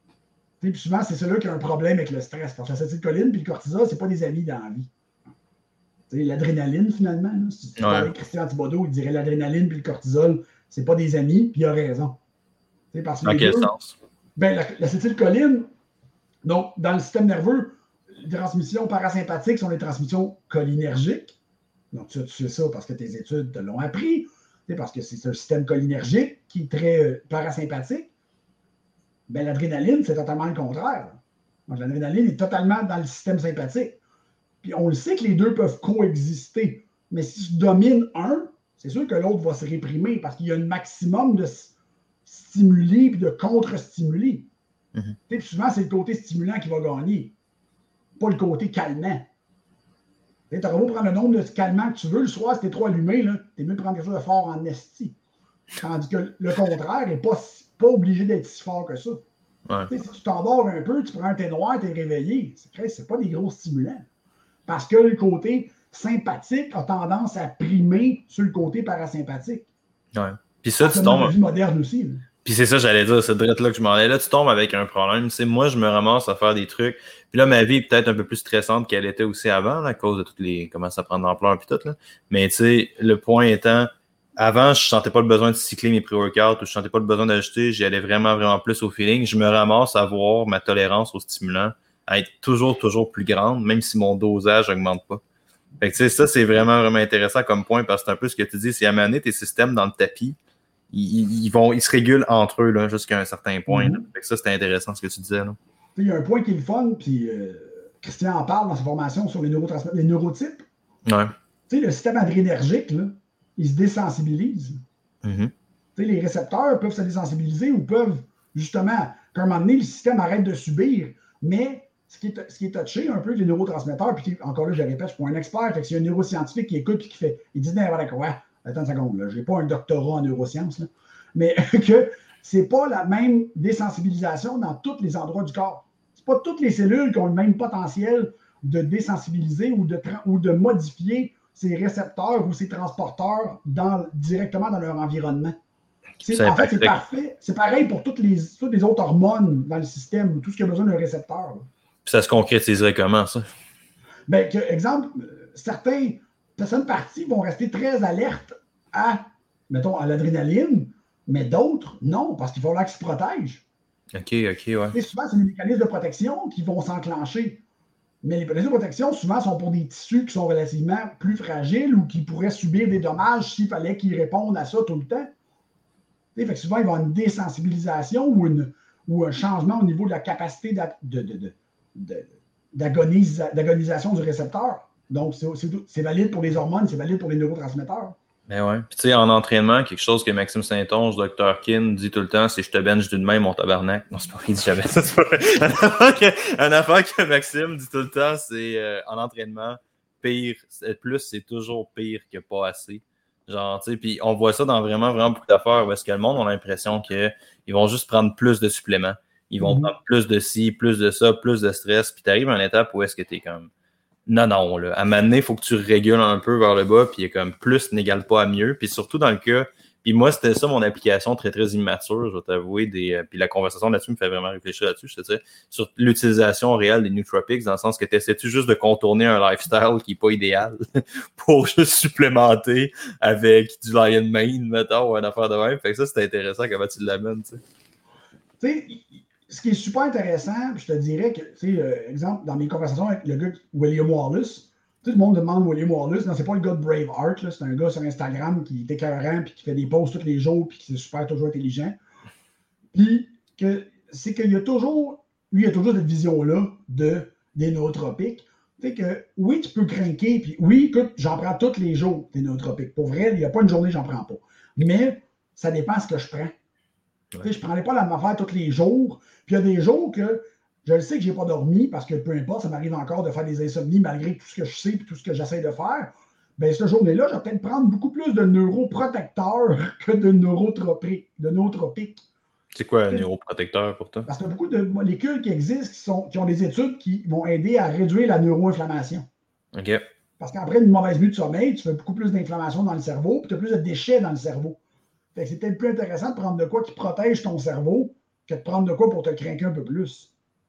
Puis souvent, c'est celui qui a un problème avec le stress. Parce que l'acétylcholine et le cortisol, c'est pas des amis dans la vie. T'sais, l'adrénaline, finalement, là, si tu parlais avec Christian Thibodeau, il dirait l'adrénaline et le cortisol, c'est pas des amis, puis il a raison. T'sais, parce que dans quel deux, sens? Ben, l'acétylcholine, donc, dans le système nerveux, les transmissions parasympathiques sont les transmissions cholinergiques. Donc, tu, tu sais ça parce que tes études te l'ont appris, parce que c'est un système cholinergique qui est très euh, parasympathique. Ben, l'adrénaline, c'est totalement le contraire. Donc, l'adrénaline est totalement dans le système sympathique. Puis on le sait que les deux peuvent coexister. Mais si tu domines un, c'est sûr que l'autre va se réprimer parce qu'il y a un maximum de stimuli et de contre-stimuli. Mm-hmm. Puis souvent, c'est le côté stimulant qui va gagner, pas le côté calmant. Tu auras beau prendre le nombre de calmants que tu veux, le soir, si t'es trop allumé, t'es mieux de prendre quelque chose de fort en esti. Tandis que le contraire n'est pas, pas obligé d'être si fort que ça. Ouais. Si tu t'endors un peu, tu prends un thé noir, tu es réveillé. C'est, c'est pas des gros stimulants. Parce que le côté sympathique a tendance à primer sur le côté parasympathique. Ouais. Puis ça, tu tombes. La vie moderne aussi. Là. Puis c'est ça, j'allais dire, c'est direct là que je m'en allais. Là, tu tombes avec un problème. C'est moi, je me ramasse à faire des trucs. Puis là, ma vie est peut-être un peu plus stressante qu'elle était aussi avant, là, à cause de toutes les. Comment ça prend de l'ampleur puis tout. Là. Mais tu sais, le point étant, avant, je sentais pas le besoin de cycler mes pré-workouts ou je sentais pas le besoin d'ajouter. J'y allais vraiment, vraiment plus au feeling. Je me ramasse à voir ma tolérance aux stimulants à être toujours, toujours plus grande, même si mon dosage n'augmente pas. Fait que tu sais, ça, c'est vraiment, vraiment intéressant comme point parce que c'est un peu ce que tu dis. C'est à mener tes systèmes dans le tapis. Ils, ils, vont, ils se régulent entre eux là, jusqu'à un certain point. Mm-hmm. Fait que ça, c'était intéressant ce que tu disais. Là. Il y a un point qui est le fun, puis euh, Christian en parle dans sa formation sur les neurotransmetteurs, les neurotypes. Ouais. Tu sais, le système adrénergique, là, il se désensibilise. Mm-hmm. Tu sais, les récepteurs peuvent se désensibiliser ou peuvent, justement, qu'à un moment donné, le système arrête de subir, mais ce qui est, ce qui est touché un peu avec les neurotransmetteurs, puis encore là, je répète, je ne suis pas un expert, fait que c'est un neuroscientifique qui écoute et qui fait, il dit n'importe quoi. Attends une seconde, là, je n'ai pas un doctorat en neurosciences, là, mais que ce n'est pas la même désensibilisation dans tous les endroits du corps. Ce n'est pas toutes les cellules qui ont le même potentiel de désensibiliser ou de, ou de modifier ces récepteurs ou ces transporteurs dans, directement dans leur environnement. C'est, en fait, c'est parfait. C'est pareil pour toutes les, toutes les autres hormones dans le système, tout ce qui a besoin d'un récepteur. Là. Puis ça se concrétiserait comment, ça? Bien, que, exemple, certains, certaines parties vont rester très alertes à, mettons, à l'adrénaline, mais d'autres, non, parce qu'il faut là qu'ils se protègent. OK, OK, ouais. Et souvent, c'est des mécanismes de protection qui vont s'enclencher. Mais les mécanismes de protection, souvent, sont pour des tissus qui sont relativement plus fragiles ou qui pourraient subir des dommages s'il fallait qu'ils répondent à ça tout le temps. Fait que souvent, il va y avoir une désensibilisation ou, une, ou un changement au niveau de la capacité de, de, de, de, d'agonisa, d'agonisation du récepteur. Donc, c'est, c'est, c'est valide pour les hormones, c'est valide pour les neurotransmetteurs. Ben ouais. Puis tu sais, en entraînement, quelque chose que Maxime Saint-Onge, docteur Kin, dit tout le temps, c'est je te bench d'une main, mon tabarnak. Non, c'est pas vrai, il dit jamais ça. C'est pas vrai. Une affaire que, une affaire que Maxime dit tout le temps, c'est euh, en entraînement, pire, plus, c'est toujours pire que pas assez. Genre, tu sais, puis on voit ça dans vraiment, vraiment beaucoup d'affaires où est-ce que le monde a l'impression qu'ils vont juste prendre plus de suppléments. Ils vont mm-hmm. prendre plus de ci, plus de ça, plus de stress. Puis t'arrives à une étape où est-ce que t'es comme... Non, non, là. À un moment donné, il faut que tu régules un peu vers le bas, puis il y a comme plus n'égale pas à mieux. Puis surtout dans le cas... Puis moi, c'était ça mon application très, très immature, je vais t'avouer. Des, puis la conversation là-dessus me fait vraiment réfléchir là-dessus, je te dis, sur l'utilisation réelle des nootropics, dans le sens que tu essaies-tu juste de contourner un lifestyle qui n'est pas idéal pour juste supplémenter avec du Lion Mane, mettons, ou une affaire de même. Fait que ça, c'était intéressant comment tu l'amènes, tu sais. Tu sais, ce qui est super intéressant, je te dirais que, tu sais, euh, exemple, dans mes conversations avec le gars William Wallace, tout le monde demande William Wallace. Non, c'est pas le gars de Braveheart, là, c'est un gars sur Instagram qui est écœurant, puis qui fait des posts tous les jours, puis qui est super toujours intelligent. Puis, que, c'est qu'il y a toujours, lui, il y a toujours cette vision-là de, des nootropiques. Tu sais que, oui, tu peux craquer, puis oui, écoute, j'en prends tous les jours des nootropiques. Pour vrai, il n'y a pas une journée, j'en prends pas. Mais, ça dépend de ce que je prends. Ouais. Tu sais, je ne prendrais pas la même affaire tous les jours. Puis, il y a des jours que, je le sais que je n'ai pas dormi parce que peu importe, ça m'arrive encore de faire des insomnies malgré tout ce que je sais et tout ce que j'essaie de faire. Bien, cette journée-là, je vais peut-être prendre beaucoup plus de neuroprotecteurs que de neurotropiques. De neurotropiques. C'est quoi un neuroprotecteur pour toi? Parce qu'il y a beaucoup de molécules qui existent, qui, sont, qui ont des études qui vont aider à réduire la neuroinflammation. OK. Parce qu'après une mauvaise nuit de sommeil, tu fais beaucoup plus d'inflammation dans le cerveau puis tu as plus de déchets dans le cerveau. Fait que c'est peut-être plus intéressant de prendre de quoi qui protège ton cerveau que de prendre de quoi pour te craquer un peu plus.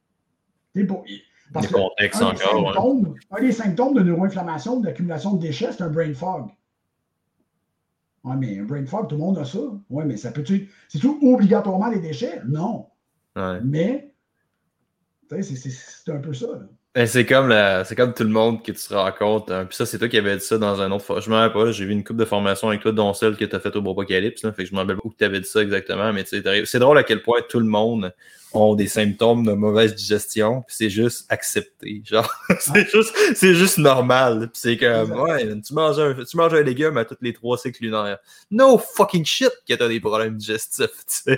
Pour, parce que un, des encore, symptômes, ouais. un des symptômes de neuroinflammation, d'accumulation de déchets, c'est un brain fog. Oui, mais un brain fog, tout le monde a ça. Oui, mais ça peut-tu. C'est-tu obligatoirement des déchets? Non. Ouais. Mais, tu sais, c'est, c'est, c'est un peu ça. Là. Ben, c'est comme la, c'est comme tout le monde que tu te rencontres. Hein. Puis ça, c'est toi qui avais dit ça dans un autre. Je me rappelle pas, j'ai vu une couple de formations avec toi, dont celle que tu as faite au Bropocalypse. Fait que je me rappelle pas où tu avais dit ça exactement. Mais tu sais, c'est drôle à quel point tout le monde ont des symptômes de mauvaise digestion. Puis c'est juste accepté. Genre, c'est ah. juste, c'est juste normal. Puis c'est comme, ouais, tu manges un, tu manges un légume à tous les trois cycles lunaires. No fucking shit que t'as des problèmes digestifs, tu sais.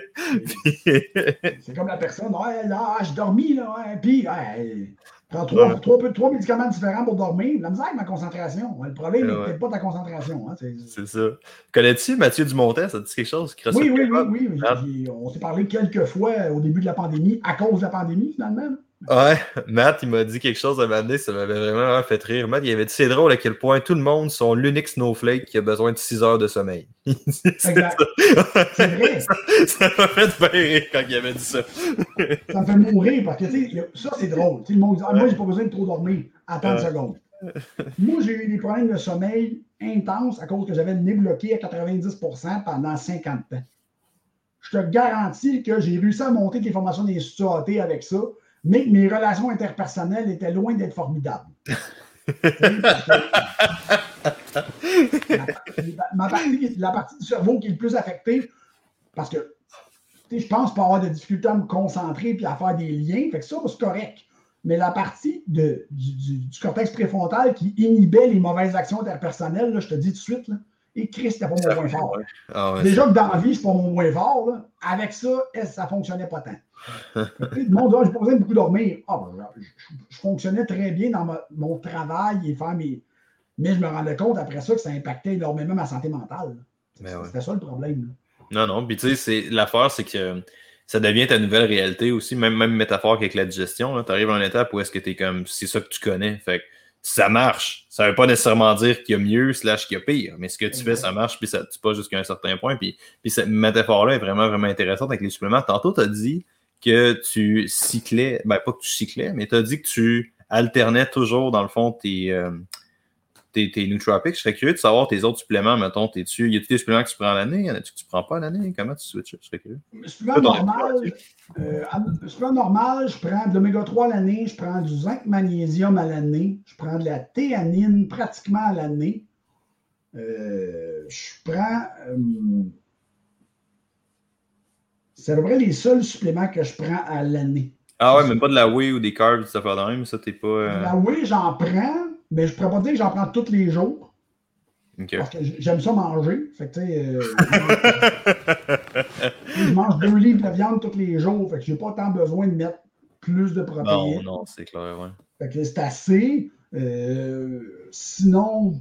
C'est comme la personne, ouais, là, j'ai dormi, là, ouais. Puis, ouais. Prends trois, ouais. trois, trois médicaments différents pour dormir. La misère avec ma concentration. Le problème n'est ouais. peut-être pas ta concentration. Hein, c'est... c'est ça. Connais-tu Mathieu Dumontet? Ça te dit quelque chose? Oui, oui, oui, oui, oui. Ah. On s'est parlé quelques fois au début de la pandémie, à cause de la pandémie, finalement. Ouais, Matt, il m'a dit quelque chose à un moment donné, ça m'avait vraiment fait rire. Matt, il avait dit, c'est drôle à quel point tout le monde sont l'unique snowflake qui a besoin de six heures de sommeil. Exact. C'est vrai. Ça, ça m'a fait bien rire quand il avait dit ça. Ça me fait mourir parce que, tu sais, ça, c'est drôle. T'sais, le monde dit, ah, moi, j'ai pas besoin de trop dormir. Attends une seconde. Moi, j'ai eu des problèmes de sommeil intenses à cause que j'avais le nez bloqué à quatre-vingt-dix pour cent pendant cinquante ans. Je te garantis que j'ai réussi à monter des formations des instituts A T avec ça, mais mes relations interpersonnelles étaient loin d'être formidables. la, ma partie, la partie du cerveau qui est le plus affectée, parce que je pense pas avoir de difficulté à me concentrer et à faire des liens, fait que ça, c'est correct. Mais la partie de, du, du, du cortex préfrontal qui inhibait les mauvaises actions interpersonnelles, là, je te dis tout de suite, là, Et Chris, c'était pas mon point fort. Ah ouais, Déjà que dans la vie, c'est pas mon point fort. Là. Avec ça, ça fonctionnait pas tant. Le monde, ah, j'ai pas besoin de beaucoup dormir. Ah, ben, je, je fonctionnais très bien dans ma, mon travail et faire mes. Mais je me rendais compte après ça que ça impactait énormément ma santé mentale. C'était ouais. ça le problème. Là. Non, non. Puis tu sais, c'est, l'affaire, c'est que ça devient ta nouvelle réalité aussi, même, même métaphore qu'avec la digestion. Tu arrives à une étape où est-ce que tu es comme. C'est ça que tu connais. Fait que ça marche. Ça veut pas nécessairement dire qu'il y a mieux slash qu'il y a pire. Mais ce que tu ouais. fais, ça marche, puis ça ne tue pas jusqu'à un certain point. Puis, puis cette métaphore-là est vraiment, vraiment intéressante avec les suppléments. Tantôt, tu as dit que tu cyclais, ben pas que tu cyclais, mais tu as dit que tu alternais toujours, dans le fond, tes, euh, tes, tes nootropics. Je serais curieux de savoir tes autres suppléments, mettons, t'es-tu, y a-t-il des suppléments que tu prends à l'année? Y en a-tu que tu prends pas à l'année? Comment tu switches? Je serais curieux. Supplément normal, euh, supplément normal, je prends de l'oméga trois à l'année, je prends du zinc magnésium à l'année, je prends de la théanine pratiquement à l'année. Euh, je prends... Euh, c'est à peu près les seuls suppléments que je prends à l'année. Ah ouais, mais pas de la whey ou des carbs, ça fait de même, ça, t'es pas... Euh... La whey, j'en prends, mais je ne pourrais pas dire que j'en prends tous les jours. Okay. Parce que j'aime ça manger. Fait que, tu sais, euh, je mange deux livres de viande tous les jours. Fait que j'ai pas tant besoin de mettre plus de protéines. Non, non, c'est clair, ouais. Fait que c'est assez. Euh, sinon...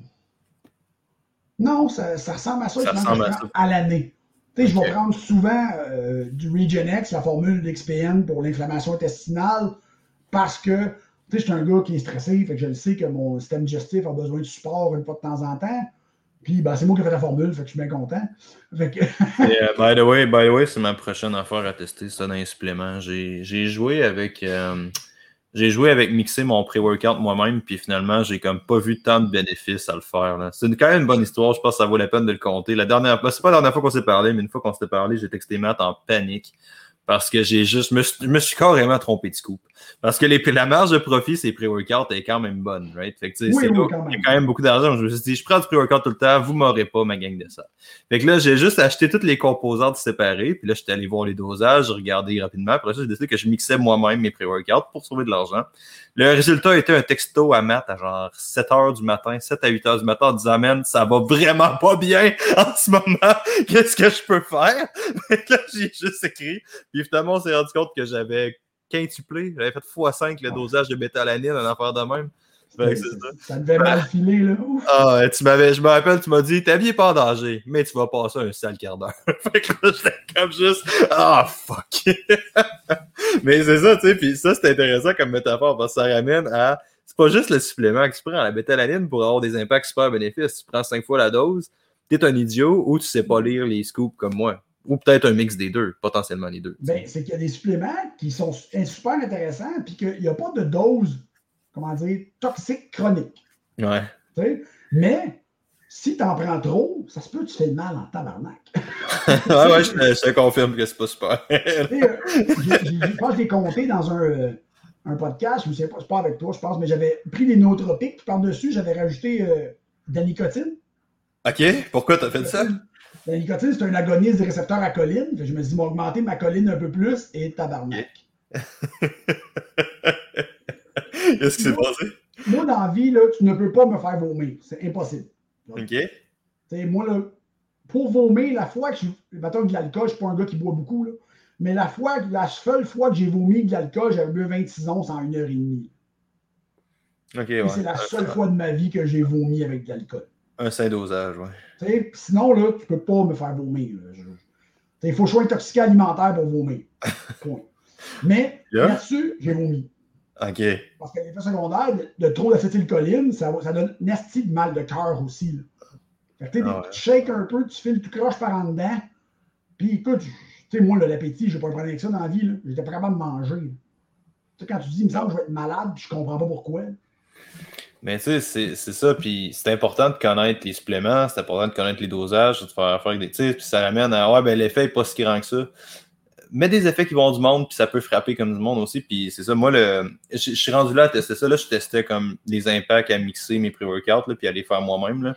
Non, ça, ça ressemble à ça, ça je ressemble à, à, ça. à l'année. Okay. Je vais prendre souvent euh, du Regenex, la formule d'X P N pour l'inflammation intestinale, parce que je suis un gars qui est stressé, fait que je le sais que mon système digestif a besoin de support une fois de temps en temps. Puis ben, c'est moi qui ai fait la formule, fait que je suis bien content. Fait que... Et, uh, by the way, by the way, c'est ma prochaine affaire à tester, ça dans les suppléments. J'ai, j'ai joué avec. Euh, J'ai joué avec mixer mon pré-workout moi-même, puis finalement, j'ai comme pas vu tant de bénéfices à le faire. Là. C'est une, quand même une bonne histoire, je pense que ça vaut la peine de le compter. La dernière fois, c'est pas la dernière fois qu'on s'est parlé, mais une fois qu'on s'était parlé, j'ai texté Matt en panique. Parce que j'ai juste, je me, suis, je me suis carrément trompé de scoop. Parce que les, la marge de profit, c'est pré-workout est quand même bonne, right? Fait que, tu sais, oui, c'est oui, là, quand il y a quand même beaucoup d'argent. Je me suis dit, je prends du pré-workout tout le temps, vous m'aurez pas ma gang de ça. Fait que là, j'ai juste acheté toutes les composantes séparées, puis là, j'étais allé voir les dosages, regarder rapidement. Après ça, j'ai décidé que je mixais moi-même mes pré-workouts pour sauver de l'argent. Le résultat était un texto à Matt à genre sept heures du matin, sept à huit heures du matin, en disant, man, ça va vraiment pas bien en ce moment. Qu'est-ce que je peux faire? Fait que là, j'ai juste écrit. Puis finalement, on s'est rendu compte que j'avais quintuplé. J'avais fait fois cinq le dosage de bétalanine, un affaire de même. Fait que c'est ça. Ça devait mal filer, là. Ouf. Ah, tu m'avais, je me rappelle, tu m'as dit, ta vie est pas en danger, mais tu vas passer un sale quart d'heure. Fait que là, j'étais comme juste, ah, oh, fuck. Mais c'est ça, tu sais, puis ça, c'est intéressant comme métaphore, parce que ça ramène à, c'est pas juste le supplément que tu prends, la bétalanine pour avoir des impacts super bénéfices. Tu prends cinq fois la dose, t'es un idiot ou tu sais pas lire les scoops comme moi. Ou peut-être un mix des deux, potentiellement les deux. Ben, c'est qu'il y a des suppléments qui sont super intéressants, puis qu'il n'y a pas de dose, comment dire, toxique chronique. Ouais. T'sais? Mais si tu en prends trop, ça se peut que tu fais le mal en tabarnak. ouais, ouais, je, je te confirme que c'est pas super. euh, je pense que je l'ai compté dans un, euh, un podcast, je ne sais pas, c'est pas avec toi, je pense, mais j'avais pris des nootropiques, puis par-dessus, j'avais rajouté euh, de la nicotine. OK, pourquoi tu as fait ça? La nicotine, c'est un agoniste des récepteurs à choline. Je me suis dit, m'augmenter ma choline un peu plus et tabarnak. Qu'est-ce qui s'est passé? Moi, dans la vie, là, tu ne peux pas me faire vomir. C'est impossible. Donc, OK. T'sais, moi, là, pour vomir, la fois que je. Mettons que de l'alcool, je ne suis pas un gars qui boit beaucoup, là, mais la fois, la seule fois que j'ai vomi de l'alcool, j'avais bu vingt-six onces en une heure et demie. OK, et ouais. c'est la seule fois de ma vie que j'ai vomi avec de l'alcool. Un sain dosage, ouais. T'sais, sinon, là, tu ne peux pas me faire vomir. Il faut que je sois intoxiqué alimentaire pour vomir. Point. Mais yeah. Là-dessus, j'ai vomi. OK. Parce que l'effet secondaire de, de trop d'acétylcholine, ça, ça donne un esti de mal de cœur aussi. Là. Fait que, ah ouais. Tu shakes un peu, tu files tout croche par en dedans. Puis écoute, tu sais, moi, là, l'appétit, je n'ai pas le problème avec ça dans la vie. J'étais pas capable de manger. Tu sais, quand tu dis, il me semble que je vais être malade, puis je comprends pas pourquoi. Mais tu sais, c'est, c'est ça, puis c'est important de connaître les suppléments, c'est important de connaître les dosages, de faire affaire avec des tirs, puis ça ramène à, ouais, ben l'effet n'est pas si grand que ça. Mais des effets qui vont du monde, puis ça peut frapper comme du monde aussi, puis c'est ça, moi, le, je, je suis rendu là à tester ça, là, je testais comme les impacts à mixer mes pré-workouts, là, puis à les faire moi-même, là.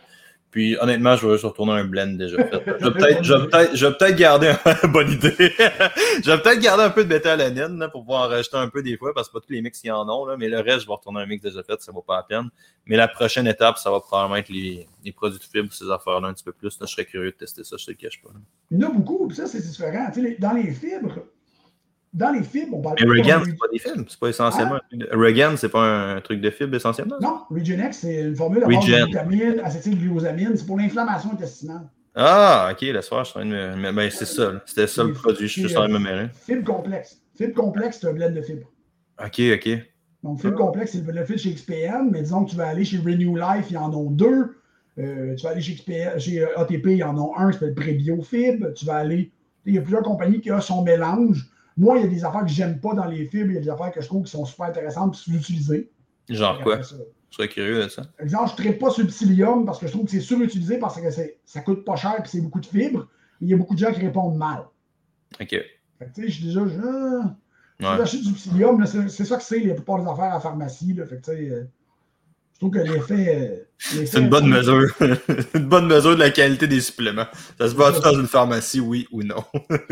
Puis honnêtement, je vais juste retourner un blend déjà fait. Je vais peut-être, je vais peut-être, je vais peut-être garder un bonne idée. Je vais peut-être garder un peu de bêta-alanine pour pouvoir en rajouter un peu des fois, parce que pas tous les mix qui en ont, là, mais le reste, je vais retourner un mix déjà fait, ça vaut pas la peine. Mais la prochaine étape, ça va probablement être les, les produits de fibre, ces affaires-là un petit peu plus. Là, je serais curieux de tester ça, je te le cache pas. Là. Il y en a beaucoup, puis ça, c'est différent. Tu sais, dans les fibres, dans les fibres, on parle mais pas Regan, de... c'est pas des fibres, c'est pas essentiellement. Hein? Regan, c'est pas un truc de fibre essentiellement? Non, Regenex, c'est une formule à base de vitamine, acétylglycosamine, c'est pour l'inflammation intestinale. Ah, ok, laisse faire, je suis en train de me. Ben, c'est ça, là. C'était ça le produit, je suis juste en train de me mêler. Fibre complexe. Fibre complexe, c'est un blend de fibres. Ok, ok. Donc, fibre complexe, c'est le blend de fibres chez X P N, mais disons que tu vas aller chez Renew Life, ils en ont deux. Euh, tu vas aller chez, X P N, chez A T P, ils en ont un, qui s'appelle Prébiofibre. Tu vas aller. Il y a plusieurs compagnies qui ont son mélange. Moi, il y a des affaires que j'aime pas dans les fibres, il y a des affaires que je trouve qui sont super intéressantes et sous-utilisées. Genre quoi? Je serais curieux de ça. Par exemple, je ne traite pas sur le psyllium parce que je trouve que c'est surutilisé parce que ça coûte pas cher et c'est beaucoup de fibres. Mais il y a beaucoup de gens qui répondent mal. OK. Fait que, tu sais, je suis déjà. Je, ouais. J'achète du psyllium, c'est ça que c'est la plupart des affaires à la pharmacie. Là, fait que, tu sais, euh, je trouve que l'effet. C'est une bonne mesure. Une bonne mesure de la qualité des suppléments. Ça se voit-tu dans une pharmacie, oui ou non?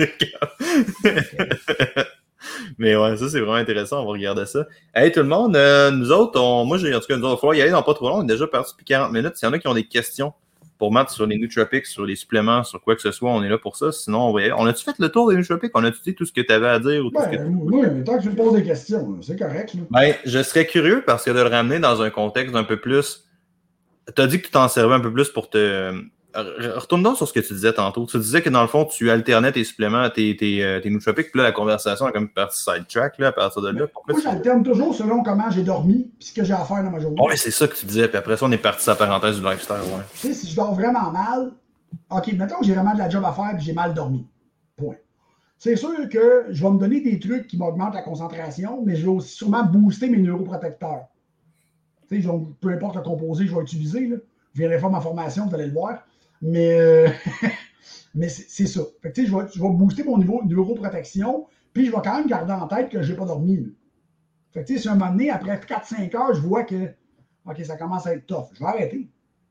Mais ouais, ça, c'est vraiment intéressant. On va regarder ça. Hey, tout le monde, euh, nous autres, on, moi, j'ai, en tout cas, nous autres, il va falloir y aller dans pas trop long. On est déjà parti depuis quarante minutes. S'il y en a qui ont des questions pour Matt sur les nootropics, sur les suppléments, sur quoi que ce soit, on est là pour ça. Sinon, on va y aller. On a-tu fait le tour des nootropics? On a-tu dit tout ce que tu avais à dire? Ou tout ben, ce que... Oui, mais tant que tu me poses des questions, c'est correct. Là. Ben, je serais curieux parce que de le ramener dans un contexte un peu plus... Tu as dit que tu t'en servais un peu plus pour te... Retourne donc sur ce que tu disais tantôt. Tu disais que dans le fond, tu alternais tes suppléments, tes, tes, tes nootropics, puis là, la conversation a comme partie sidetrack là, à partir de là. Moi, j'alterne toujours selon comment j'ai dormi et ce que j'ai à faire dans ma journée. Ouais, c'est ça que tu disais. Puis après ça, on est parti sur la parenthèse du lifestyle. Ouais. Tu sais, si je dors vraiment mal, OK, mettons que j'ai vraiment de la job à faire et j'ai mal dormi. Point. C'est sûr que je vais me donner des trucs qui m'augmentent la concentration, mais je vais aussi sûrement booster mes neuroprotecteurs. Tu sais, peu importe le composé que je vais utiliser, là. Je viendrai faire ma formation, vous allez le voir. Mais, euh, mais c'est ça. Fait que, je, vais, je vais booster mon niveau de neuroprotection, puis je vais quand même garder en tête que je n'ai pas dormi. Là. Fait que, si un moment donné, après quatre cinq heures, je vois que OK, ça commence à être tough, je vais arrêter.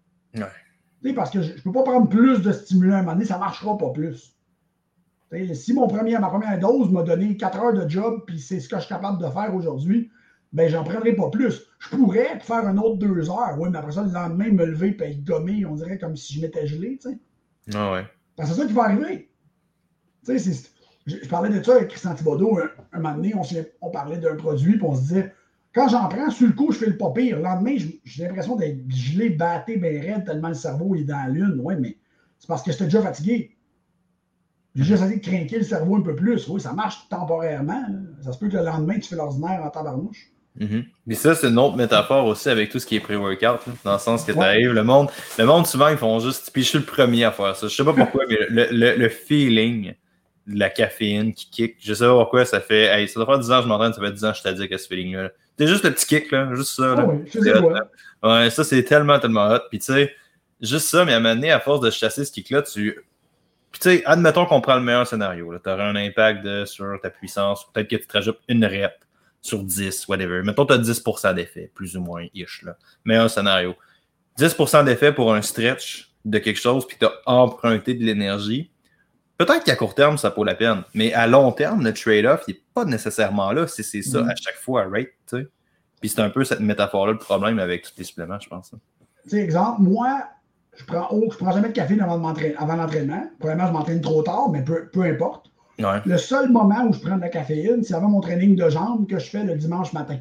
Ouais. Parce que je ne peux pas prendre plus de stimulants à un moment donné, ça ne marchera pas plus. T'sais, si mon premier, ma première dose m'a donné quatre heures de job, puis c'est ce que je suis capable de faire aujourd'hui, ben j'en prendrai pas plus. Je pourrais faire un autre deux heures, oui, mais après ça, le lendemain, me lever et être gommé, on dirait comme si je m'étais gelé, tu sais. Ah ouais. Parce que c'est ça qui va arriver. Tu sais, je, je parlais de ça avec Christian Thibodeau, un, un moment donné, on, on parlait d'un produit, puis on se disait, quand j'en prends, sur le coup, je fais le pas pire. Le lendemain, j'ai l'impression d'être gelé, batté, ben raide, tellement le cerveau est dans la lune. Oui, mais c'est parce que j'étais déjà fatigué. J'ai juste essayé de craquer le cerveau un peu plus. Oui, ça marche temporairement. Là. Ça se peut que le lendemain, tu fais l'ordinaire en tabarnouche. Mm-hmm. Puis ça, c'est une autre métaphore aussi avec tout ce qui est pré-workout, dans le sens que tu arrives, ouais. le monde, le monde souvent, ils font juste, puis je suis le premier à faire ça. Je sais pas pourquoi, mais le, le, le feeling de la caféine qui kick, je sais pas pourquoi, ça fait, hey, ça doit faire dix ans que je m'entraîne, ça fait dix ans que je t'ai dit que ce feeling-là. C'est juste le petit kick, là, juste ça. Là. Oh oui, je sais hot, là. Ouais, ça, c'est tellement, tellement hot. Puis tu sais, juste ça, mais à un moment donné, à force de chasser ce kick-là, tu... Puis tu sais, admettons qu'on prend le meilleur scénario. Tu aurais un impact de, sur ta puissance, peut-être que tu te rajoutes une rep sur dix, whatever. Mettons que tu as dix pour cent d'effet, plus ou moins, ish, là. Meilleur scénario. dix pour cent d'effet pour un stretch de quelque chose, puis tu as emprunté de l'énergie. Peut-être qu'à court terme, ça vaut la peine. Mais à long terme, le trade-off, il n'est pas nécessairement là si c'est ça mm. à chaque fois, right? T'sais? Puis c'est un peu cette métaphore-là le problème avec tous les suppléments, je pense. Tu sais, exemple, moi, je prends oh, je prends jamais de caféine avant, de avant l'entraînement. Premièrement, je m'entraîne trop tard, mais peu, peu importe. Ouais. Le seul moment où je prends de la caféine, c'est avant mon training de jambes que je fais le dimanche matin.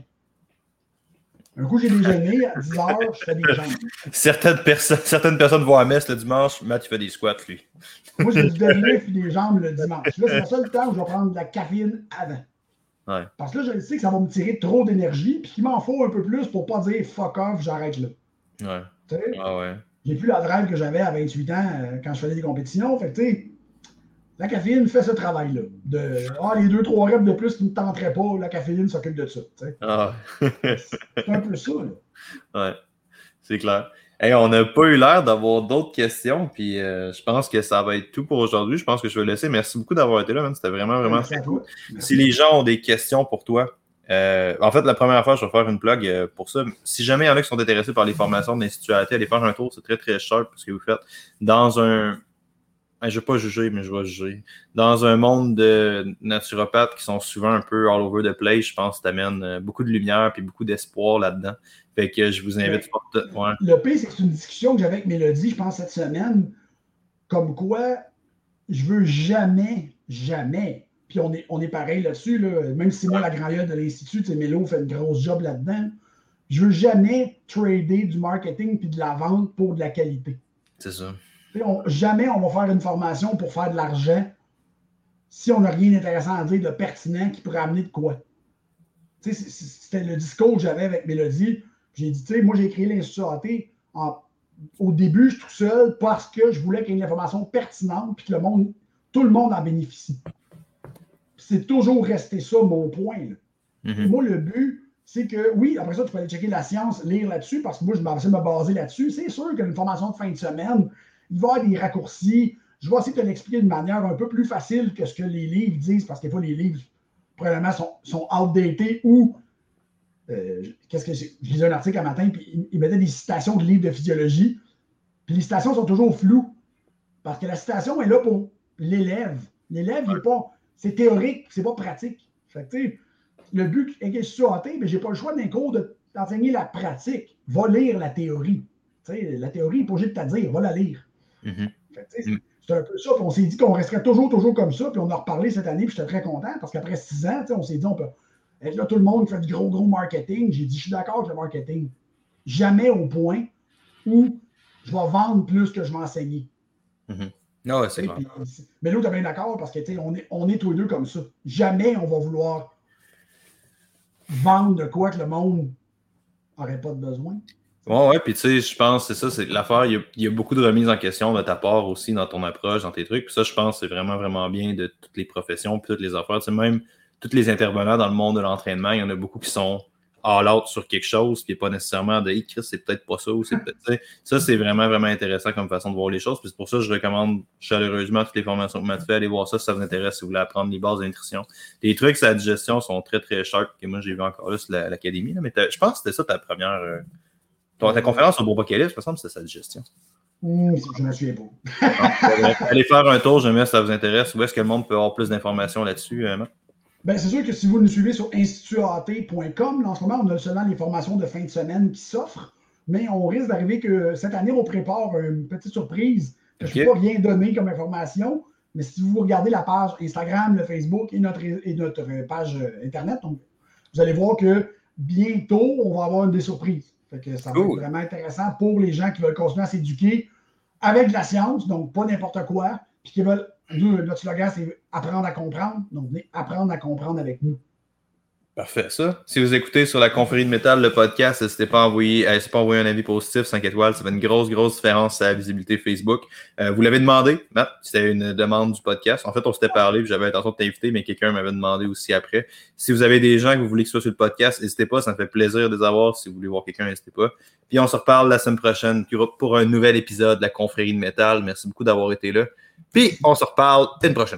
Un coup, j'ai déjeuné, à dix heures, je fais des jambes. Certaines, perso- certaines personnes vont à messe le dimanche, Matt, il fait des squats, lui. Moi, j'ai du deadlift et des jambes le dimanche. Là, c'est le seul temps où je vais prendre de la caféine avant. Ouais. Parce que là, je sais que ça va me tirer trop d'énergie, puis qu'il m'en faut un peu plus pour pas dire fuck off, j'arrête là. Ouais. Tu sais? Ah ouais. J'ai plus la drive que j'avais à vingt-huit ans euh, quand je faisais des compétitions. Fait que, tu sais, la caféine fait ce travail-là. De, ah, les deux, trois reps de plus qui ne me tenteraient pas, la caféine s'occupe de ça. Ah. C'est un peu ça, là. Ouais, c'est clair. Hey, on n'a pas eu l'air d'avoir d'autres questions, puis euh, je pense que ça va être tout pour aujourd'hui. Je pense que je vais laisser. Merci beaucoup d'avoir été là, man. C'était vraiment, vraiment très cool. Si les gens ont des questions pour toi, Euh, en fait, la première fois, je vais faire une plug euh, pour ça. Si jamais il y en a qui sont intéressés par les formations de l'Institut A T, allez faire un tour. C'est très, très cher ce que vous faites. Dans un... Je ne vais pas juger, mais je vais juger. Dans un monde de naturopathes qui sont souvent un peu all over the place, je pense que tu amènes beaucoup de lumière et beaucoup d'espoir là-dedans. Fait que je vous invite fortement. Ouais. Le pire, c'est que c'est une discussion que j'avais avec Mélodie, je pense, cette semaine. Comme quoi, je veux jamais, jamais, puis on est, on est pareil là-dessus, là, même si moi, la grand-gueule de l'Institut, Mélo fait une grosse job là-dedans, je veux jamais trader du marketing puis de la vente pour de la qualité. C'est ça. On, jamais on va faire une formation pour faire de l'argent si on n'a rien d'intéressant à dire, de pertinent qui pourrait amener de quoi. Tu sais, c'était le discours que j'avais avec Mélodie. J'ai dit, tu sais, moi, j'ai créé l'Institut A T en, au début, je suis tout seul parce que je voulais qu'il y ait une information pertinente puis que le monde, tout le monde en bénéficie. C'est toujours resté ça, mon point. Là. Mm-hmm. Moi, le but, c'est que, oui, après ça, tu peux aller checker la science, lire là-dessus, parce que moi, je vais essayer de me baser là-dessus. C'est sûr qu'une formation de fin de semaine, il va y avoir des raccourcis. Je vais essayer de te l'expliquer d'une manière un peu plus facile que ce que les livres disent, parce que des fois, les livres, probablement, sont, sont outdated ou. Euh, qu'est-ce que je, je lisais un article un matin, puis il, il mettait des citations de livres de physiologie. Puis les citations sont toujours floues. Parce que la citation est là pour l'élève. L'élève, il est pas. C'est théorique, c'est pas pratique. Fait que, tu sais, le but est que je suis A T, mais j'ai pas le choix d'un cours de, d'enseigner la pratique. Va lire la théorie. Tu sais, la théorie, il n'est pas obligé de te dire, va la lire. Mm-hmm. Fait que, mm. C'est un peu ça. Puis on s'est dit qu'on resterait toujours, toujours comme ça. Puis on a reparlé cette année, puis j'étais très content parce qu'après six ans, on s'est dit, on peut être là, tout le monde fait du gros, gros marketing. J'ai dit, je suis d'accord avec le marketing. Jamais au point où je vais vendre plus que je vais enseigner. Mm-hmm. Non, ouais, c'est clair. Puis, mais l'autre est bien d'accord parce que on est, on est tous les deux comme ça. Jamais on va vouloir vendre de quoi que le monde n'aurait pas de besoin. Ouais, ouais, puis tu sais, je pense, c'est ça, c'est l'affaire, il y, a, il y a beaucoup de remises en question de ta part aussi dans ton approche, dans tes trucs, puis ça, je pense, c'est vraiment, vraiment bien de toutes les professions, puis toutes les affaires, tu sais, même tous les intervenants dans le monde de l'entraînement, il y en a beaucoup qui sont all out sur quelque chose, puis pas nécessairement de, hey, Chris, c'est peut-être pas ça, ou c'est peut-être, tu sais, ça, c'est vraiment, vraiment intéressant comme façon de voir les choses, puis c'est pour ça que je recommande chaleureusement toutes les formations que Matt fait, allez voir ça si ça vous intéresse, si vous voulez apprendre les bases de nutrition. Les trucs sur la digestion sont très, très sharp, que moi, j'ai vu encore là sur la, l'académie, là, mais je pense que c'était ça ta première... Euh, Ton, ta conférence au Bourbocalypse, il me semble que c'était sa digestion. Mmh, je ne me souviens pas. Donc, allez faire un tour, jamais si ça vous intéresse. Où est-ce que le monde peut avoir plus d'informations là-dessus, euh, Matt? Ben, c'est sûr que si vous nous suivez sur institut a t point com, en ce moment, on a seulement les formations de fin de semaine qui s'offrent, mais on risque d'arriver que cette année, on prépare une petite surprise que okay. Je ne peux pas rien donner comme information, mais si vous regardez la page Instagram, le Facebook et notre, et notre page Internet, donc, vous allez voir que bientôt, on va avoir une des surprises. Fait que ça va cool. Être vraiment intéressant pour les gens qui veulent continuer à s'éduquer avec de la science, donc pas n'importe quoi, puis qui veulent, nous, notre slogan, c'est apprendre à comprendre, donc venez apprendre à comprendre avec nous. Parfait, ça. Si vous écoutez sur la Confrérie de Métal, le podcast, n'hésitez pas à envoyer, n'hésitez pas à envoyer un avis positif, cinq étoiles, ça fait une grosse, grosse différence à la visibilité Facebook. Euh, vous l'avez demandé, Matt, c'était une demande du podcast. En fait, on s'était parlé, puis j'avais l'intention de t'inviter, mais quelqu'un m'avait demandé aussi après. Si vous avez des gens que vous voulez qu'ils soient sur le podcast, n'hésitez pas, ça me fait plaisir de les avoir. Si vous voulez voir quelqu'un, n'hésitez pas. Puis on se reparle la semaine prochaine pour un nouvel épisode de la Confrérie de Métal. Merci beaucoup d'avoir été là. Puis on se reparle une prochaine.